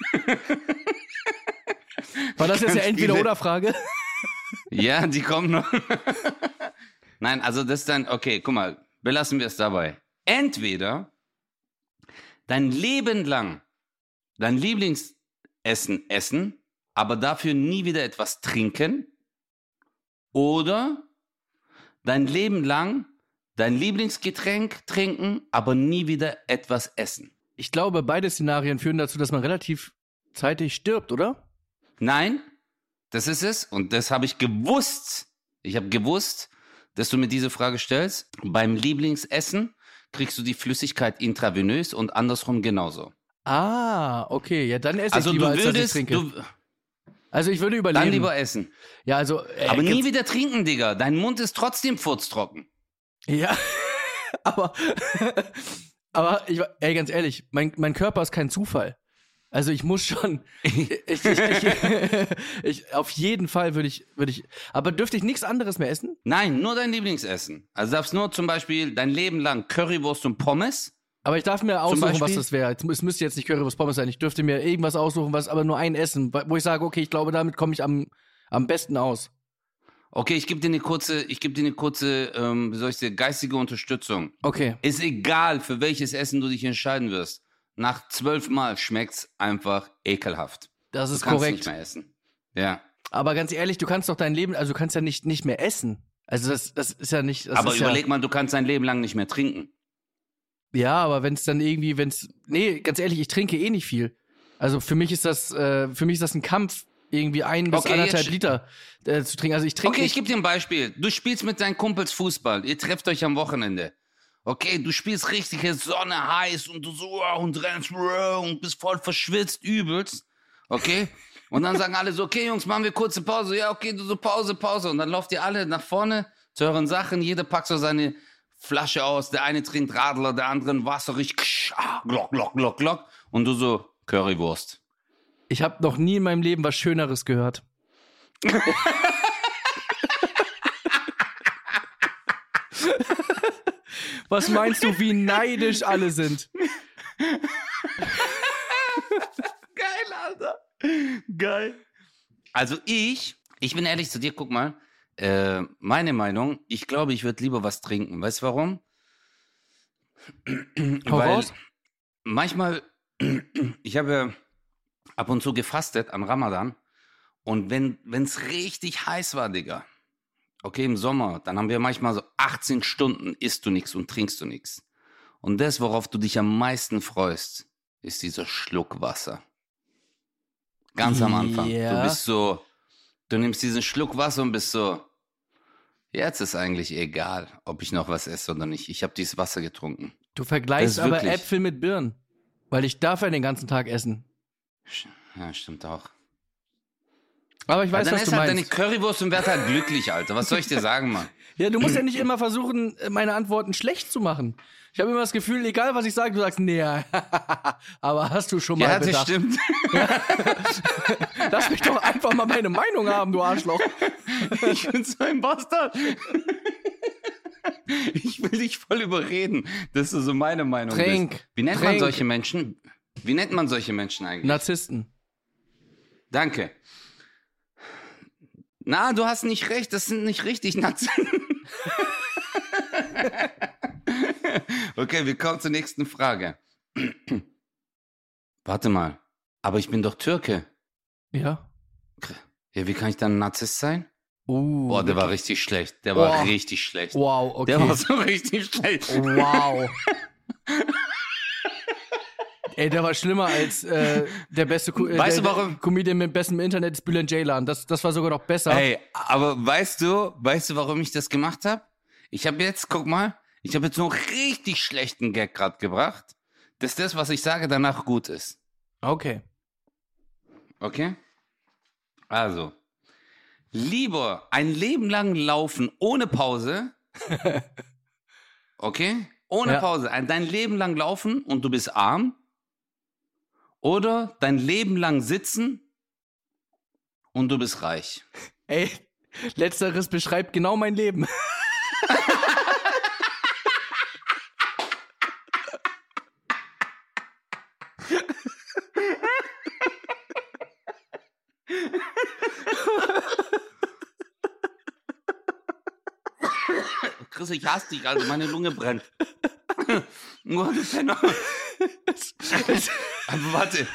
C: War das jetzt eine Entweder-oder-Frage?
B: Ja, die kommt noch. Nein, also das ist dann... Okay, guck mal, belassen wir es dabei. Entweder dein Leben lang dein Lieblingsessen essen, aber dafür nie wieder etwas trinken, oder dein Leben lang dein Lieblingsgetränk trinken, aber nie wieder etwas essen.
C: Ich glaube, beide Szenarien führen dazu, dass man relativ zeitig stirbt, oder?
B: Nein, das ist es. Und das habe ich gewusst. Ich habe gewusst, dass du mir diese Frage stellst. Beim Lieblingsessen kriegst du die Flüssigkeit intravenös und andersrum genauso.
C: Ah, okay. Ja, dann esse ich lieber, als dass ich trinke. Also ich würde überleben.
B: Dann lieber essen.
C: Ja, also...
B: aber nie wieder trinken, Digga. Dein Mund ist trotzdem furztrocken.
C: Ja, aber ganz ehrlich, mein Körper ist kein Zufall. Also ich muss schon, auf jeden Fall würde ich, aber dürfte ich nichts anderes mehr essen?
B: Nein, nur dein Lieblingsessen. Also darfst nur zum Beispiel dein Leben lang Currywurst und Pommes.
C: Aber ich darf mir aussuchen, was das wäre. Es müsste jetzt nicht Currywurst Pommes sein. Ich dürfte mir irgendwas aussuchen, was aber nur ein Essen, wo ich sage, okay, ich glaube, damit komme ich am am besten aus.
B: Okay, ich gebe dir eine kurze, wie soll ich sagen, geistige Unterstützung.
C: Okay.
B: Ist egal, für welches Essen du dich entscheiden wirst. Nach 12 Mal schmeckt's einfach ekelhaft.
C: Das ist
B: du kannst
C: korrekt.
B: nicht mehr essen. Ja.
C: Aber ganz ehrlich, du kannst doch dein Leben, also du kannst ja nicht mehr essen. Also das ist ja nicht. Das
B: Aber
C: ist
B: überleg mal, du kannst dein Leben lang nicht mehr trinken.
C: Ja, aber ganz ehrlich, ich trinke eh nicht viel. Also für mich ist das ein Kampf, irgendwie 1 bis 1,5 Liter zu trinken. Also ich trinke.
B: Okay, ich gebe dir ein Beispiel. Du spielst mit deinen Kumpels Fußball. Ihr trefft euch am Wochenende. Okay, du spielst richtige Sonne heiß und du so und rennst und bist voll verschwitzt, übelst. Okay? Und dann sagen alle so, okay, Jungs, machen wir kurze Pause. Ja, okay, du so Pause. Und dann lauft ihr alle nach vorne zu euren Sachen. Jeder packt so seine Flasche aus. Der eine trinkt Radler, der andere ein Wasser. Glock. Und du so Currywurst.
C: Ich habe noch nie in meinem Leben was Schöneres gehört. Was meinst du, wie neidisch alle sind?
B: Geil, Alter. Geil. Also ich bin ehrlich zu dir, guck mal, meine Meinung, ich glaube, ich würde lieber was trinken. Weißt du warum? Weil manchmal, ich habe ab und zu gefastet an Ramadan und wenn's richtig heiß war, Digga, okay, im Sommer, dann haben wir manchmal so 18 Stunden, isst du nichts und trinkst du nichts. Und das, worauf du dich am meisten freust, ist dieser Schluck Wasser. Ganz am Anfang.
C: Ja.
B: Du nimmst diesen Schluck Wasser und bist so, jetzt ist eigentlich egal, ob ich noch was esse oder nicht. Ich habe dieses Wasser getrunken.
C: Du vergleichst aber
B: wirklich
C: Äpfel mit Birnen, weil ich darf ja den ganzen Tag essen.
B: Ja, stimmt auch.
C: Aber ich weiß,
B: dann
C: was du
B: isst halt
C: meinst.
B: deine Currywurst und werd halt glücklich, Alter. Was soll ich dir sagen, Mann?
C: Ja, du musst ja nicht immer versuchen, meine Antworten schlecht zu machen. Ich habe immer das Gefühl, egal was ich sage, du sagst, nee, aber hast du schon mal
B: Ja,
C: bedacht.
B: das stimmt.
C: Lass mich doch einfach mal meine Meinung haben, du Arschloch.
B: Ich bin so ein Bastard. Ich will dich voll überreden, dass du so meine Meinung bist. Wie nennt man solche Menschen? Wie nennt man solche Menschen eigentlich?
C: Narzissten.
B: Danke. Na, du hast nicht recht, das sind nicht richtig Narzissten. Okay, wir kommen zur nächsten Frage. Warte mal, aber ich bin doch Türke.
C: Ja.
B: Ja, wie kann ich dann ein Narzisst sein? Boah, der war richtig schlecht. Der war richtig schlecht.
C: Wow, okay.
B: Der war so richtig schlecht.
C: Wow. Ey, der war schlimmer als der beste
B: Weißt du, warum?
C: Comedian mit bestem Internet ist Bülent Ceylan. Das war sogar noch besser.
B: Ey, aber weißt du, warum ich das gemacht habe? Ich habe jetzt so einen richtig schlechten Gag gerade gebracht, dass das, was ich sage, danach gut ist.
C: Okay.
B: Okay? Also, lieber ein Leben lang laufen ohne Pause. Okay? Ohne Pause. Dein Leben lang laufen und du bist arm. Oder dein Leben lang sitzen und du bist reich.
C: Ey, letzteres beschreibt genau mein Leben.
B: Chris, ich hasse dich, also meine Lunge brennt. Nur du Penner. Aber warte.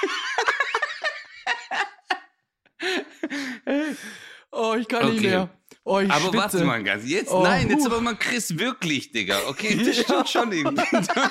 C: Oh, ich kann nicht mehr. Oh, ich
B: aber
C: schwitze.
B: warte mal ganz. Jetzt aber mal Chris wirklich, Digga. Okay, das stimmt schon irgendwie.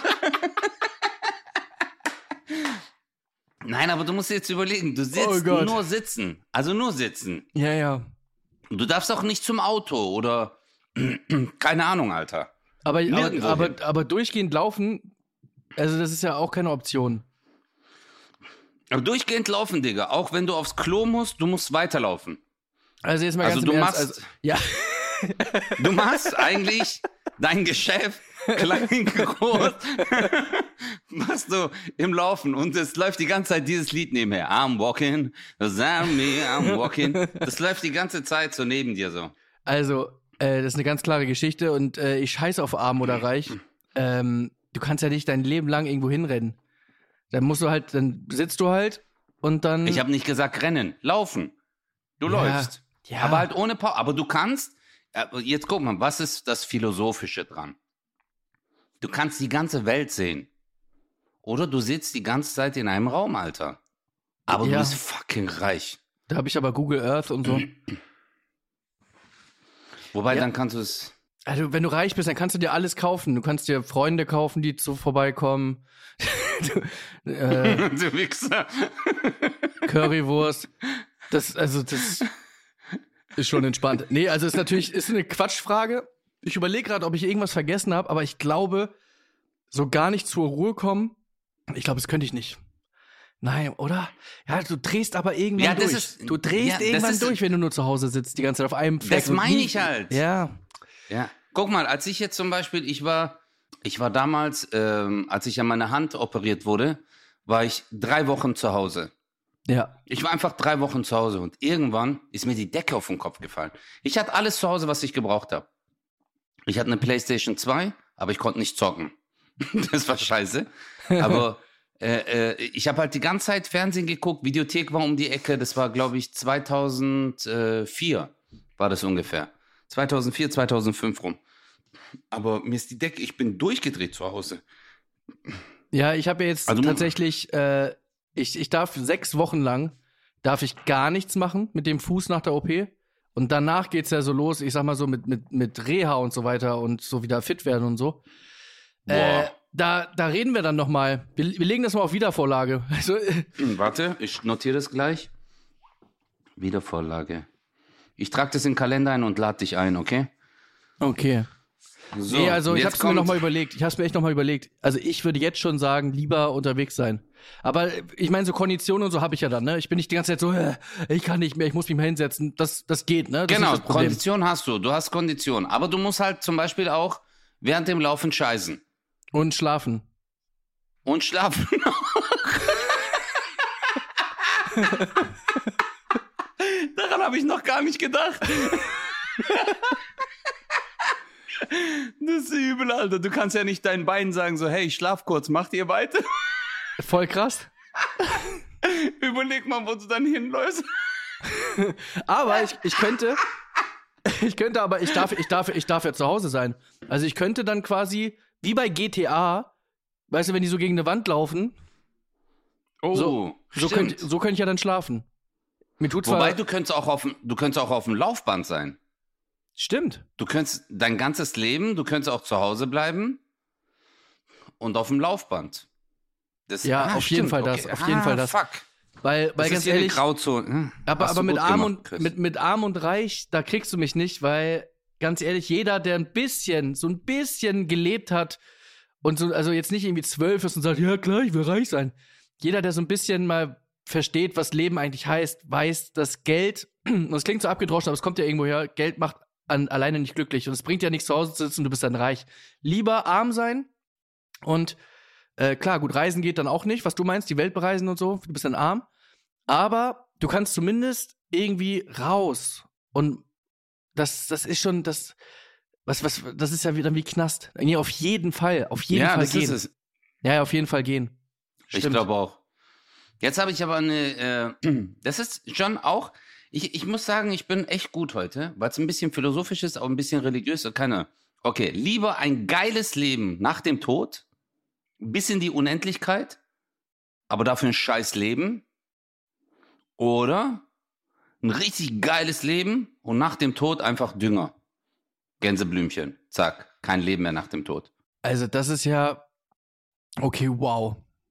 B: Nein, aber du musst jetzt überlegen, du sitzt nur sitzen. Also nur sitzen.
C: Ja, ja.
B: Du darfst auch nicht zum Auto oder keine Ahnung, Alter.
C: Aber durchgehend laufen, also das ist ja auch keine Option.
B: Aber durchgehend laufen, Digga. Auch wenn du aufs Klo musst, du musst weiterlaufen.
C: Also jetzt mal ganz im Ernst. Ja.
B: Du machst eigentlich dein Geschäft klein, groß, machst du im Laufen und es läuft die ganze Zeit dieses Lied nebenher. I'm walking, I'm walking. Das läuft die ganze Zeit so neben dir so.
C: Also, das ist eine ganz klare Geschichte und ich scheiß auf arm oder reich. Du kannst ja nicht dein Leben lang irgendwo hinrennen. Dann sitzt du halt und dann...
B: Ich habe nicht gesagt rennen, laufen. Du läufst.
C: Ja.
B: Aber halt ohne Pause. Aber du kannst, jetzt guck mal, was ist das Philosophische dran? Du kannst die ganze Welt sehen. Oder du sitzt die ganze Zeit in einem Raum, Alter. Aber du bist fucking reich.
C: Da habe ich aber Google Earth und so.
B: Wobei, dann kannst du es...
C: Also, wenn du reich bist, dann kannst du dir alles kaufen. Du kannst dir Freunde kaufen, die vorbeikommen.
B: Du Wichser.
C: Currywurst. Das ist schon entspannt. Nee, also ist eine Quatschfrage. Ich überlege gerade, ob ich irgendwas vergessen habe, aber ich glaube, so gar nicht zur Ruhe kommen, ich glaube, das könnte ich nicht. Nein, oder? Ja, du drehst aber irgendwann durch. Du drehst irgendwann durch, wenn du nur zu Hause sitzt, die ganze Zeit auf einem Fleck.
B: Das meine ich halt.
C: Ja.
B: Ja. Guck mal, als ich jetzt zum Beispiel, ich war damals, als ich an meiner Hand operiert wurde, war ich 3 Wochen zu Hause.
C: Ja.
B: Ich war einfach 3 Wochen zu Hause und irgendwann ist mir die Decke auf den Kopf gefallen. Ich hatte alles zu Hause, was ich gebraucht habe. Ich hatte eine PlayStation 2, aber ich konnte nicht zocken. Das war scheiße. Aber ich habe halt die ganze Zeit Fernsehen geguckt, Videothek war um die Ecke, das war, glaube ich, 2004 war das ungefähr. 2004, 2005 rum. Aber mir ist die Decke, ich bin durchgedreht zu Hause.
C: Ja, ich habe jetzt tatsächlich, ich darf 6 Wochen lang, darf ich gar nichts machen mit dem Fuß nach der OP. Und danach geht's ja so los, ich sag mal so mit Reha und so weiter und so wieder fit werden und so. Da reden wir dann noch mal. Wir legen das mal auf Wiedervorlage. Also,
B: warte, ich notiere das gleich. Wiedervorlage. Ich trage das in den Kalender ein und lade dich ein, okay?
C: Okay.
B: So,
C: nee, also ich hab's mir noch mal überlegt. Ich hab's mir echt noch mal überlegt. Also ich würde jetzt schon sagen, lieber unterwegs sein. Aber ich meine, so Konditionen und so habe ich ja dann, ne? Ich bin nicht die ganze Zeit so, ich kann nicht mehr, ich muss mich mal hinsetzen. Das geht, ne? Das
B: genau,
C: ist das Problem.
B: Kondition hast du hast Kondition. Aber du musst halt zum Beispiel auch während dem Laufen scheißen.
C: Und schlafen.
B: Und schlafen. Daran habe ich noch gar nicht gedacht. Das ist übel, Alter. Du kannst ja nicht deinen Beinen sagen so, hey, ich schlaf kurz, macht ihr weiter?
C: Voll krass.
B: Überleg mal, wo du dann hinläufst.
C: Aber ich könnte, aber ich darf ja zu Hause sein. Also ich könnte dann quasi, wie bei GTA, weißt du, wenn die so gegen eine Wand laufen, so könnte ich ja dann schlafen. Mir tut
B: Wobei, du könntest auch auf dem Laufband sein.
C: Stimmt.
B: Du könntest dein ganzes Leben, du könntest auch zu Hause bleiben und auf dem Laufband.
C: Auf jeden Fall das. Auf jeden Fall das.
B: Fuck.
C: Weil
B: das
C: ganz
B: ist
C: ehrlich,
B: eine Grauzone.
C: aber mit Arm und Reich, da kriegst du mich nicht, weil ganz ehrlich, jeder, der so ein bisschen gelebt hat und so, also jetzt nicht irgendwie 12 ist und sagt, ja klar, ich will reich sein. Jeder, der so ein bisschen mal versteht, was Leben eigentlich heißt, weiß, dass Geld, und das klingt so abgedroschen, aber es kommt ja irgendwo her, Geld macht alleine nicht glücklich und es bringt ja nichts zu Hause zu sitzen, du bist dann reich. Lieber arm sein und klar, gut, reisen geht dann auch nicht, was du meinst, die Welt bereisen und so, du bist dann arm, aber du kannst zumindest irgendwie raus und das ist schon, das ist ja wieder wie Knast. Nee, auf jeden Fall gehen. Ist es. Ja, auf jeden Fall gehen.
B: Stimmt. Ich glaube auch. Jetzt habe ich aber das ist schon auch, ich muss sagen, ich bin echt gut heute, weil es ein bisschen philosophisch ist, auch ein bisschen religiös. Okay, lieber ein geiles Leben nach dem Tod, bis in die Unendlichkeit, aber dafür ein scheiß Leben, oder ein richtig geiles Leben und nach dem Tod einfach Dünger. Gänseblümchen, zack, kein Leben mehr nach dem Tod.
C: Also das ist ja, okay, wow.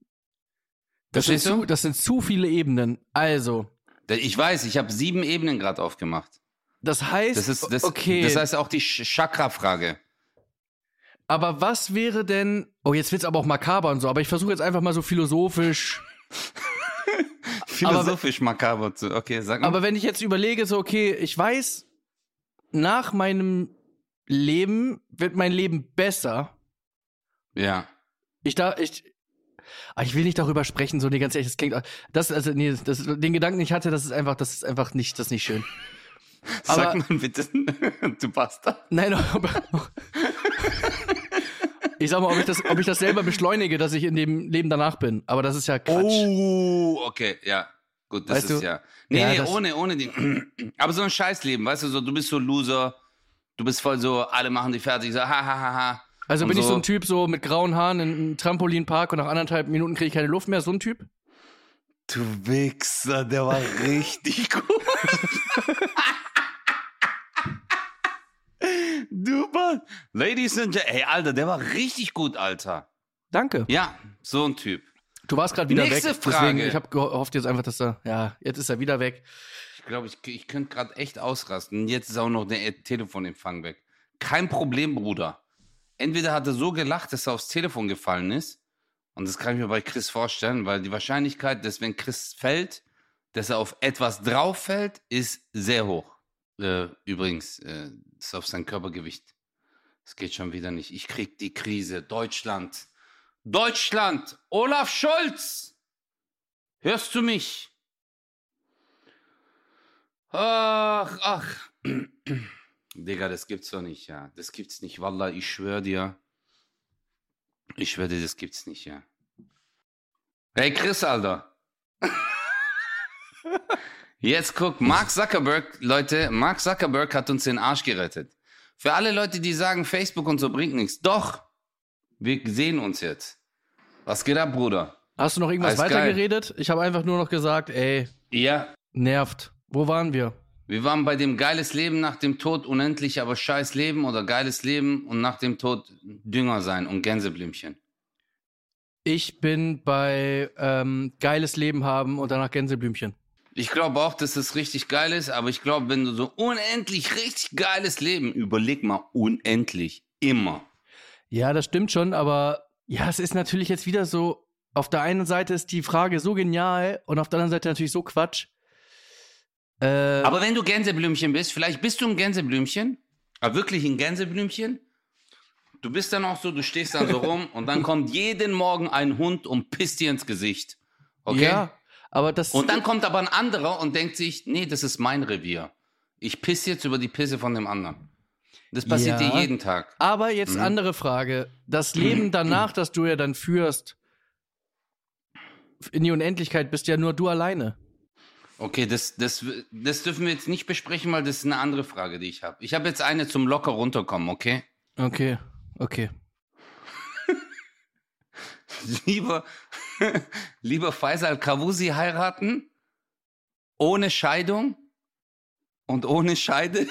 C: Das sind zu viele Ebenen. Also.
B: Ich weiß, ich habe 7 Ebenen gerade aufgemacht.
C: Das heißt, okay.
B: Das heißt auch die Chakra-Frage.
C: Aber was wäre denn, jetzt wird's aber auch makaber und so, aber ich versuche jetzt einfach mal so philosophisch.
B: Makaber zu, okay, sag mal.
C: Aber wenn ich jetzt überlege, so, okay, ich weiß, nach meinem Leben wird mein Leben besser.
B: Ja.
C: Ich will nicht darüber sprechen, so, nee, ganz ehrlich, das klingt, den Gedanken, ich hatte, das ist einfach nicht schön.
B: Sag mal bitte, du Bastard.
C: Nein, aber ich sag mal, ob ich das selber beschleunige, dass ich in dem Leben danach bin. Aber das ist ja Quatsch.
B: Oh, okay, ja. Gut, das
C: Weißt
B: ist
C: du?
B: ja. Nee,
C: Ja,
B: nee,
C: das-
B: ohne den. Aber so ein Scheißleben, weißt du, so, du bist so Loser, du bist voll so, alle machen dich fertig, so, ha, ha, ha, ha.
C: Also
B: Und
C: bin ich so ein Typ so mit grauen Haaren in einem Trampolinpark und nach 1,5 Minuten kriege ich keine Luft mehr, so ein Typ?
B: Du Wichser, der war richtig gut. Du Mann. Ladies and Gentlemen, ey, Alter, der war richtig gut, Alter.
C: Danke.
B: Ja, so ein Typ.
C: Du warst gerade wieder
B: Nächste
C: weg,
B: Frage.
C: deswegen, ich habe gehofft jetzt einfach, dass er, ja, jetzt ist er wieder weg.
B: Ich glaube, ich könnte gerade echt ausrasten. Jetzt ist auch noch der Telefonempfang weg. Kein Problem, Bruder. Entweder hat er so gelacht, dass er aufs Telefon gefallen ist. Und das kann ich mir bei Chris vorstellen, weil die Wahrscheinlichkeit, dass wenn Chris fällt, dass er auf etwas drauf fällt, ist sehr hoch. Übrigens, das ist auf sein Körpergewicht. Das geht schon wieder nicht. Ich krieg die Krise. Deutschland. Deutschland! Olaf Scholz! Hörst du mich? Ach. Digga, das gibt's doch nicht, ja. Das gibt's nicht. Wallah, ich schwör dir. Ich schwör dir, das gibt's nicht, ja. Hey, Chris, Alter. Jetzt guck, Mark Zuckerberg, Leute, Mark Zuckerberg hat uns den Arsch gerettet. Für alle Leute, die sagen, Facebook und so bringt nichts. Doch, wir sehen uns jetzt. Was geht ab, Bruder?
C: Hast du noch irgendwas
B: Alles geil.
C: weitergeredet? Ich habe einfach nur noch gesagt, ey,
B: Ja.
C: nervt. Wo waren wir?
B: Wir waren bei dem geiles Leben nach dem Tod, unendlich, aber scheiß Leben oder geiles Leben und nach dem Tod Dünger sein und Gänseblümchen.
C: Ich bin bei geiles Leben haben und danach Gänseblümchen.
B: Ich glaube auch, dass das richtig geil ist, aber ich glaube, wenn du so unendlich richtig geiles Leben, überleg mal, unendlich, immer.
C: Ja, das stimmt schon, aber ja, es ist natürlich jetzt wieder so, auf der einen Seite ist die Frage so genial und auf der anderen Seite natürlich so Quatsch.
B: Aber wenn du Gänseblümchen bist, vielleicht bist du ein Gänseblümchen, aber wirklich ein Gänseblümchen, du bist dann auch so, du stehst dann so rum und dann kommt jeden Morgen ein Hund und pisst dir ins Gesicht. Okay?
C: Ja, aber das...
B: Und dann kommt aber ein anderer und denkt sich, nee, das ist mein Revier. Ich pisse jetzt über die Pisse von dem anderen. Das passiert
C: Ja.
B: dir jeden Tag.
C: Aber jetzt andere Frage. Das Leben danach, das du ja dann führst, in die Unendlichkeit bist ja nur du alleine.
B: Okay, das dürfen wir jetzt nicht besprechen, weil das ist eine andere Frage, die ich habe. Ich habe jetzt eine zum locker runterkommen, okay?
C: Okay.
B: Lieber Faisal Kavusi heiraten, ohne Scheidung und ohne Scheide.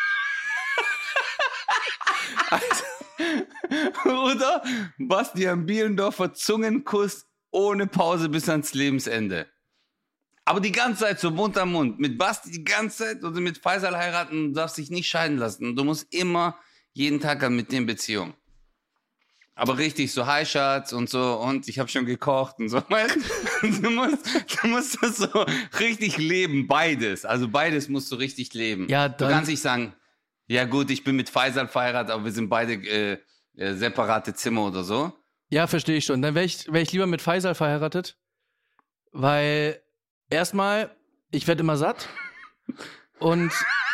B: Oder Bastian Bielendorfer Zungenkuss ohne Pause bis ans Lebensende. Aber die ganze Zeit so Mund an Mund. Mit Basti die ganze Zeit oder mit Faisal heiraten, du darfst dich nicht scheiden lassen. Du musst immer jeden Tag mit dem Beziehung. Aber richtig so, hi Schatz und so und ich habe schon gekocht und so. Du musst das so richtig leben, beides. Also beides musst du richtig leben.
C: Ja,
B: du
C: dann-
B: kannst nicht sagen, ja gut, ich bin mit Faisal verheiratet, aber wir sind beide separate Zimmer oder so.
C: Ja, verstehe ich schon. Dann wäre ich lieber mit Faisal verheiratet, weil erstmal, ich werde immer satt und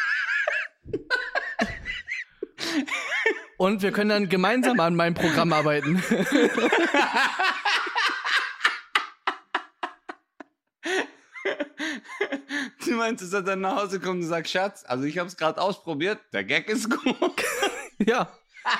C: wir können dann gemeinsam an meinem Programm arbeiten.
B: Du meinst, dass er dann nach Hause kommt und sagt, Schatz, also ich habe es gerade ausprobiert, der Gag ist gut.
C: Ja,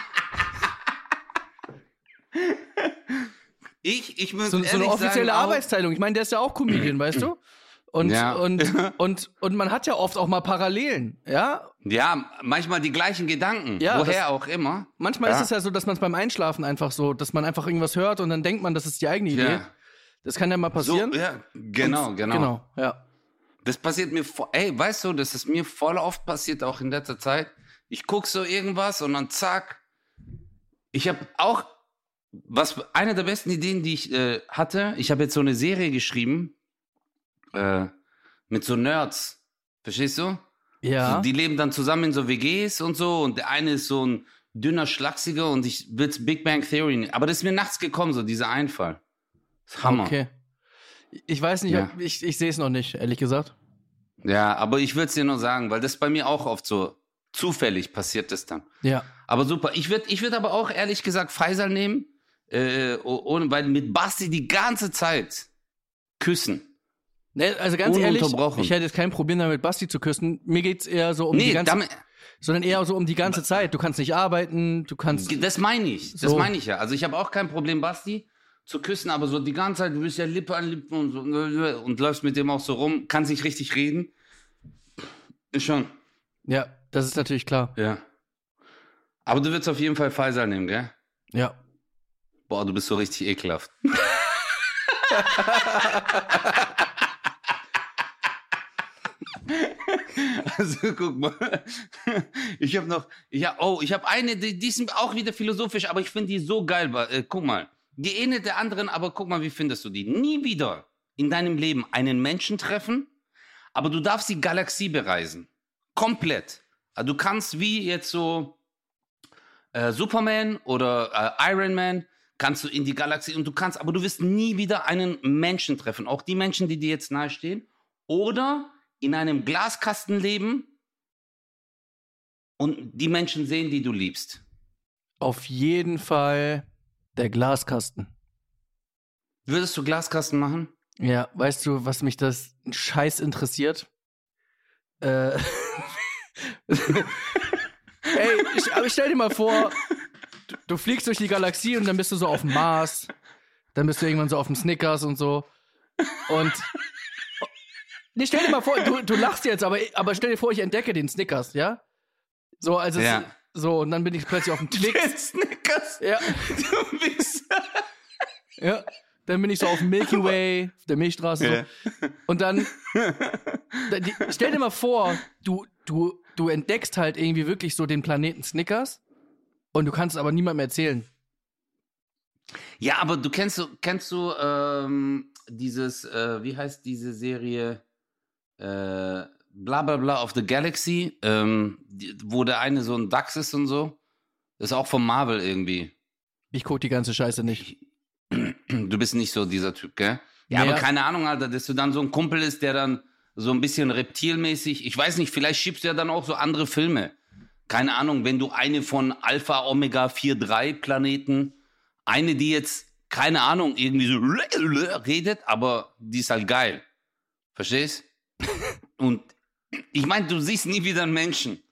B: Ich muss
C: so
B: ehrlich
C: eine offizielle
B: sagen, auch-
C: Arbeitsteilung. Ich meine, der ist ja auch Comedian, weißt du? Und,
B: Ja.
C: und man hat ja oft auch mal Parallelen, ja?
B: Ja, manchmal die gleichen Gedanken,
C: Ja,
B: woher
C: das-
B: auch immer.
C: Manchmal
B: Ja.
C: ist es ja so, dass man es beim Einschlafen einfach so, dass man einfach irgendwas hört und dann denkt man, das ist die eigene Idee.
B: Ja.
C: Das kann ja mal
B: So,
C: passieren.
B: ja, genau.
C: Genau, ja.
B: Das passiert mir, weißt du, das ist mir voll oft passiert, auch in letzter Zeit. Ich guck so irgendwas und dann zack. Ich habe auch, eine der besten Ideen, die ich hatte, ich habe jetzt so eine Serie geschrieben mit so Nerds. Verstehst du?
C: Ja.
B: So, die leben dann zusammen in so WGs und so und der eine ist so ein dünner, schlachsiger und ich will's Big Bang Theory. Aber das ist mir nachts gekommen, so dieser Einfall. Das ist Hammer.
C: Okay. Ich weiß nicht,
B: Ja.
C: ich sehe es noch nicht, ehrlich gesagt.
B: Ja, aber ich würde es dir nur sagen, weil das bei mir auch oft so zufällig passiert ist dann.
C: Ja.
B: Aber super. Ich würd aber auch ehrlich gesagt Faisal nehmen, weil mit Basti die ganze Zeit küssen.
C: Ne, also ganz ehrlich,
B: Ununterbrochen.
C: ich hätte jetzt kein Problem damit, Basti zu küssen. Mir geht's eher so um die ganze sondern eher so um die ganze Zeit. Du kannst nicht arbeiten, du kannst...
B: Das meine ich. Das meine ich ja. Also ich habe auch kein Problem, Basti zu küssen, aber so die ganze Zeit, du bist ja Lippe an Lippe und so und läufst mit dem auch so rum, kannst nicht richtig reden. Ist schon.
C: Ja, das ist natürlich klar.
B: Ja. Aber du würdest auf jeden Fall Faisal nehmen, gell?
C: Ja.
B: Boah, du bist so richtig ekelhaft. Also guck mal, ich habe eine, die sind auch wieder philosophisch, aber ich finde die so geil. Guck mal, die eine der anderen, aber guck mal, wie findest du die? Nie wieder in deinem Leben einen Menschen treffen, aber du darfst die Galaxie bereisen. Komplett. Also du kannst wie jetzt so Superman oder Iron Man, kannst du in die Galaxie und aber du wirst nie wieder einen Menschen treffen. Auch die Menschen, die dir jetzt nahestehen. Oder in einem Glaskasten leben und die Menschen sehen, die du liebst.
C: Auf jeden Fall der Glaskasten.
B: Würdest du Glaskasten machen?
C: Ja, weißt du, was mich das Scheiß interessiert? Ey, aber stell dir mal vor, du fliegst durch die Galaxie und dann bist du so auf dem Mars, dann bist du irgendwann so auf dem Snickers und so. Und nee, stell dir mal vor, du lachst jetzt, aber stell dir vor, ich entdecke den Snickers, ja? So, also
B: ja.
C: So, und dann bin ich plötzlich auf dem Twix.
B: Den Snickers?
C: Ja.
B: Du bist...
C: Ja. Dann bin ich so auf dem Milky Way, auf der Milchstraße. So.
B: Ja.
C: Und dann stell dir mal vor, du entdeckst halt irgendwie wirklich so den Planeten Snickers und du kannst es aber niemandem erzählen.
B: Ja, aber du kennst du dieses, wie heißt diese Serie? Bla bla bla of the Galaxy, wo der eine so ein Dachs ist und so. Das ist auch von Marvel irgendwie.
C: Ich guck die ganze Scheiße nicht.
B: Du bist nicht so dieser Typ, gell? Ja,
C: naja.
B: Aber keine Ahnung, Alter, dass du dann so ein Kumpel ist, der dann so ein bisschen reptilmäßig, ich weiß nicht, vielleicht schiebst du ja dann auch so andere Filme. Keine Ahnung, wenn du eine von Alpha Omega 4-3 Planeten, eine, die jetzt, keine Ahnung, irgendwie so redet, aber die ist halt geil. Verstehst? Und ich meine, du siehst nie wieder einen Menschen.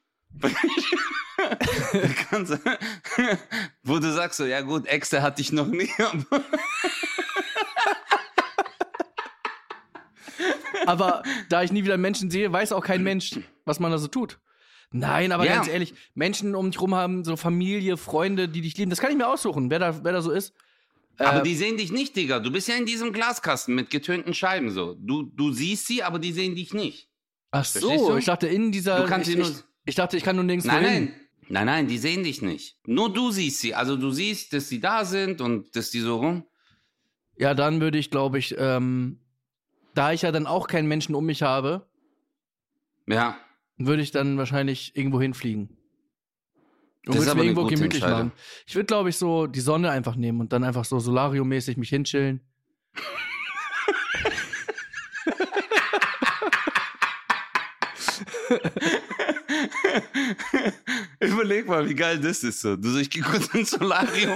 B: Wo du sagst so, ja gut, Ex, hatte ich noch nie.
C: Aber da ich nie wieder Menschen sehe, weiß auch kein Mensch, was man da so tut. Nein, aber ganz ehrlich, Menschen um dich rum haben, so Familie, Freunde, die dich lieben, das kann ich mir aussuchen, wer da so ist.
B: Aber die sehen dich nicht, Digga. Du bist ja in diesem Glaskasten mit getönten Scheiben so. Du siehst sie, aber die sehen dich nicht.
C: Ach so, ich dachte in dieser...
B: Du kannst
C: ich dachte, ich kann nur nirgends
B: Nein, die sehen dich nicht. Nur du siehst sie. Also du siehst, dass sie da sind und dass die so rum.
C: Ja, dann würde ich, glaube ich, da ich ja dann auch keinen Menschen um mich habe,
B: ja,
C: würde ich dann wahrscheinlich irgendwo hinfliegen. Und
B: das ist aber
C: mir irgendwo
B: eine gute
C: gemütlich
B: Entscheidung.
C: machen. Ich würde, glaube ich, so die Sonne einfach nehmen und dann einfach so Solarium-mäßig mich hinchillen.
B: Überleg mal, wie geil das ist so. Du so, ich geh kurz ins Solarium.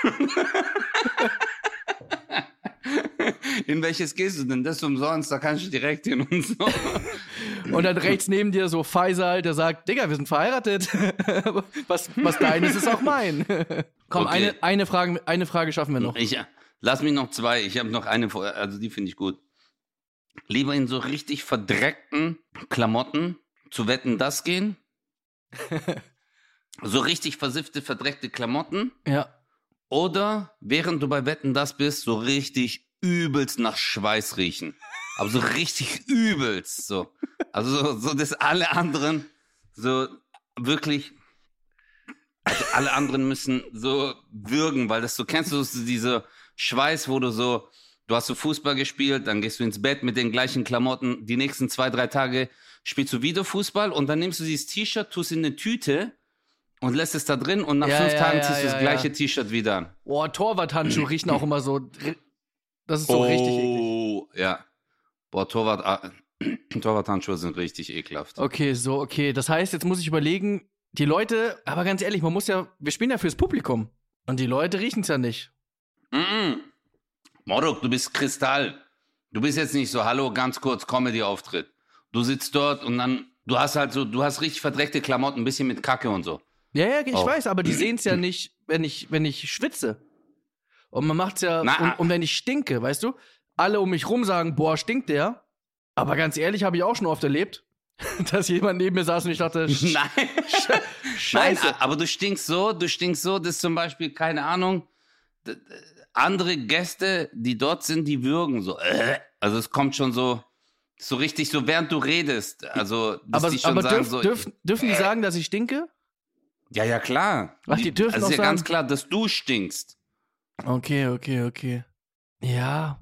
B: In welches gehst du denn? Das ist umsonst, da kannst du direkt hin und so.
C: Und dann rechts neben dir so Faisal, der sagt, Digga, wir sind verheiratet. was dein ist auch mein. Komm,
B: Okay.
C: eine Frage schaffen wir noch.
B: Lass mich noch zwei. Ich habe noch eine, also die finde ich gut. Lieber in so richtig verdreckten Klamotten zu Wetten, das gehen. So richtig versiffte, verdreckte Klamotten.
C: Ja.
B: Oder während du bei Wetten, das bist, so richtig übelst nach Schweiß riechen. Aber so richtig übelst, so. Also so, dass alle anderen so wirklich, also alle anderen müssen so würgen, weil das so, kennst du so diese Schweiß, wo du hast so Fußball gespielt, dann gehst du ins Bett mit den gleichen Klamotten, die nächsten 2-3 Tage spielst du wieder Fußball und dann nimmst du dieses T-Shirt, tust in eine Tüte und lässt es da drin und nach 5 Tagen ziehst du das gleiche T-Shirt wieder an.
C: Boah, Torwart-Handschuhe riechen auch immer so, das ist so richtig eklig.
B: Ja. Boah, Torwart-Handschuhe sind richtig ekelhaft.
C: Okay, das heißt, jetzt muss ich überlegen, die Leute, aber ganz ehrlich, wir spielen ja fürs Publikum und die Leute riechen es ja nicht.
B: Morok, du bist Kristall. Du bist jetzt nicht so, hallo, ganz kurz, Comedy-Auftritt. Du sitzt dort und dann, du hast richtig verdreckte Klamotten, ein bisschen mit Kacke und so.
C: Ja, ich weiß, aber die sehen es ja nicht, wenn ich schwitze. Und man macht's ja, und wenn ich stinke, weißt du? Alle um mich rum sagen, boah, stinkt der. Aber ganz ehrlich, habe ich auch schon oft erlebt, dass jemand neben mir saß und ich dachte,
B: Nein.
C: Scheiße.
B: Nein, aber du stinkst so, dass zum Beispiel, keine Ahnung, andere Gäste, die dort sind, die würgen so. Also es kommt schon so richtig, so während du redest. Also, dass die schon sagen,
C: dürfen die sagen, dass ich stinke?
B: Ja, klar.
C: Ach, die dürfen
B: also
C: auch
B: ist ja
C: sagen?
B: ganz klar, dass du stinkst.
C: Okay. Ja.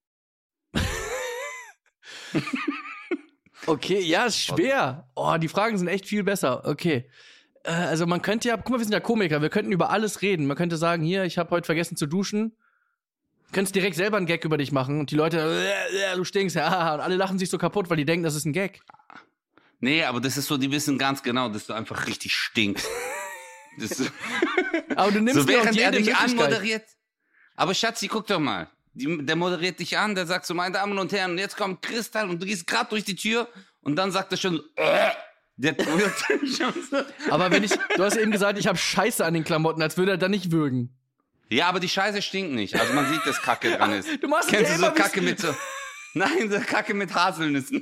C: Okay, ja, ist schwer. Oh, die Fragen sind echt viel besser. Okay. Also man könnte ja, guck mal, wir sind ja Komiker, wir könnten über alles reden. Man könnte sagen, hier, ich habe heute vergessen zu duschen. Du könntest direkt selber einen Gag über dich machen und die Leute, du stinkst, ja, und alle lachen sich so kaputt, weil die denken, das ist ein Gag.
B: Nee, aber das ist so, die wissen ganz genau, dass du einfach richtig stinkst.
C: Aber du nimmst
B: so,
C: mir auch
B: während
C: jede
B: er dich
C: Möglichkeit.
B: anmoderiert. Aber Schatzi, guck doch mal. Der moderiert dich an, der sagt so, meine Damen und Herren, und jetzt kommt Kristall und du gehst gerade durch die Tür und dann sagt er schon, der schon so.
C: Aber du hast eben gesagt, ich habe Scheiße an den Klamotten, als würde er dann nicht würgen.
B: Ja, aber die Scheiße stinkt nicht. Also man sieht, dass Kacke dran ist.
C: Du machst
B: Kennst
C: ja
B: du so
C: immer
B: Kacke mit so... Nein, so Kacke mit Haselnüssen.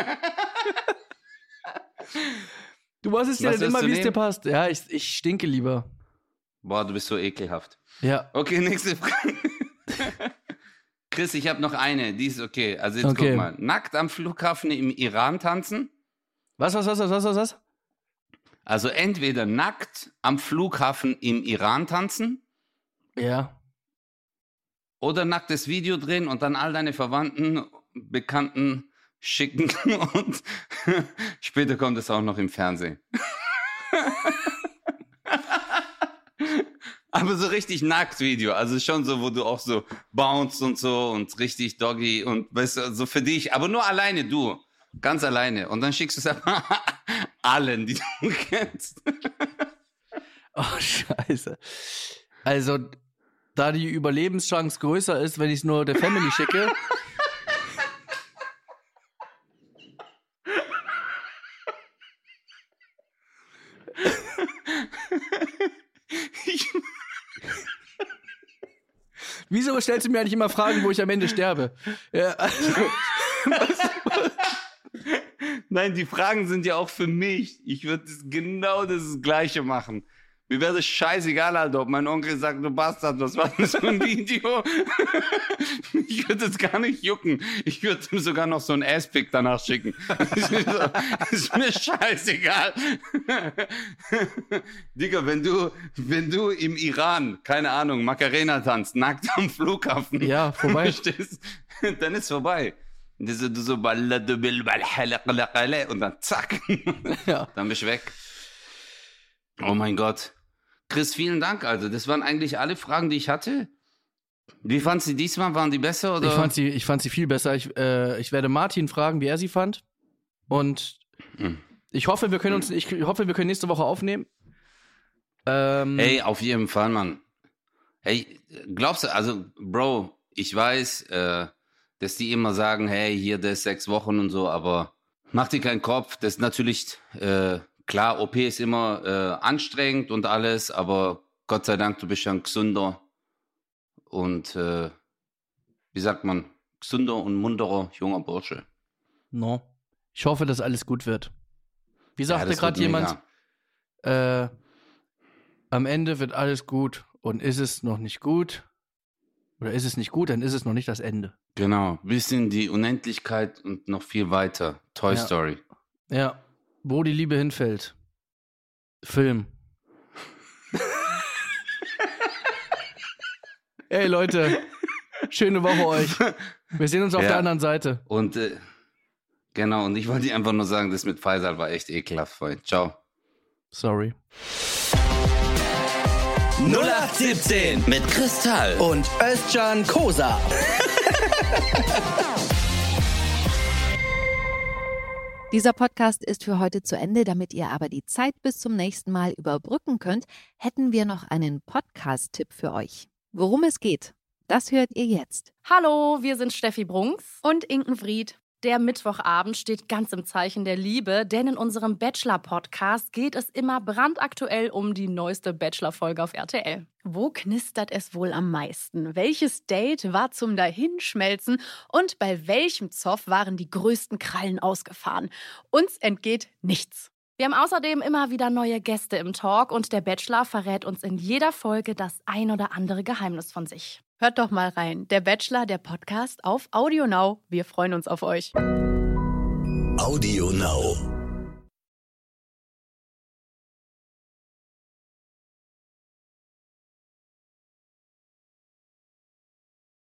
C: Du machst es dir
B: Was
C: dann immer,
B: willst du
C: wie es dir
B: nehmen?
C: passt. Ja, ich stinke lieber.
B: Boah, du bist so ekelhaft.
C: Ja.
B: Okay, nächste Frage. Chris, ich habe noch eine, die ist okay. Also jetzt
C: Okay.
B: guck mal. Nackt am Flughafen im Iran tanzen?
C: Was?
B: Also entweder nackt am Flughafen im Iran tanzen
C: Ja.
B: oder nacktes Video drehen und dann all deine Verwandten, Bekannten schicken und später kommt es auch noch im Fernsehen. Aber so richtig nackt Video, also schon so, wo du auch so bounce und so und richtig Doggy und weißt du, so für dich, aber nur alleine du, ganz alleine und dann schickst du es einfach allen, die du kennst.
C: Oh, scheiße. Also, da die Überlebenschance größer ist, wenn ich es nur der Family schicke. Wieso stellst du mir eigentlich immer Fragen, wo ich am Ende sterbe? Ja, also,
B: Nein, die Fragen sind ja auch für mich. Ich würde genau das Gleiche machen. Mir wäre das scheißegal, Alter, ob mein Onkel sagt, du Bastard, was war das für ein Video? Ich würde es gar nicht jucken. Ich würde ihm sogar noch so ein Ass-Pick danach schicken. Ist mir scheißegal. Digga, wenn du im Iran, keine Ahnung, Macarena tanzt, nackt am Flughafen.
C: Ja, vorbei.
B: Stehst, dann ist vorbei. Du so und dann zack.
C: Ja.
B: Dann bist du weg. Oh mein Gott. Chris, vielen Dank. Also, das waren eigentlich alle Fragen, die ich hatte. Wie fandst du diesmal? Waren die besser? Oder?
C: Ich fand sie viel besser. Ich werde Martin fragen, wie er sie fand. Und ich hoffe, wir können nächste Woche aufnehmen.
B: Hey, auf jeden Fall, Mann. Hey, glaubst du, also, Bro, ich weiß, dass die immer sagen, hey, hier, das 6 Wochen und so, aber mach dir keinen Kopf. Das ist natürlich, klar, OP ist immer anstrengend und alles, aber Gott sei Dank, du bist ja ein gesunder und, wie sagt man, gesunder und munterer junger Bursche.
C: No. Ich hoffe, dass alles gut wird. Wie sagte
B: das
C: gerade
B: wird
C: jemand, am Ende wird alles gut und ist es noch nicht gut, oder ist es nicht gut, dann ist es noch nicht das Ende.
B: Genau, bis in die Unendlichkeit und noch viel weiter. Toy Story.
C: Ja, wo die Liebe hinfällt. Film. Ey Leute, schöne Woche euch. Wir sehen uns auf der anderen Seite.
B: Und genau, und ich wollte dir einfach nur sagen, das mit Faisal war echt ekelhaft, Freund. Ciao.
C: Sorry.
A: 0817 mit Kristall
C: Und Özcan Kosa.
D: Dieser Podcast ist für heute zu Ende. Damit ihr aber die Zeit bis zum nächsten Mal überbrücken könnt, hätten wir noch einen Podcast-Tipp für euch. Worum es geht? Das hört ihr jetzt.
E: Hallo, wir sind Steffi Brunks.
F: Und Inkenfried.
E: Der Mittwochabend steht ganz im Zeichen der Liebe, denn in unserem Bachelor-Podcast geht es immer brandaktuell um die neueste Bachelor-Folge auf RTL.
F: Wo knistert es wohl am meisten? Welches Date war zum Dahinschmelzen? Und bei welchem Zoff waren die größten Krallen ausgefahren? Uns entgeht nichts.
E: Wir haben außerdem immer wieder neue Gäste im Talk und der Bachelor verrät uns in jeder Folge das ein oder andere Geheimnis von sich.
F: Hört doch mal rein. Der Bachelor, der Podcast auf Audio Now. Wir freuen uns auf euch.
A: Audio Now.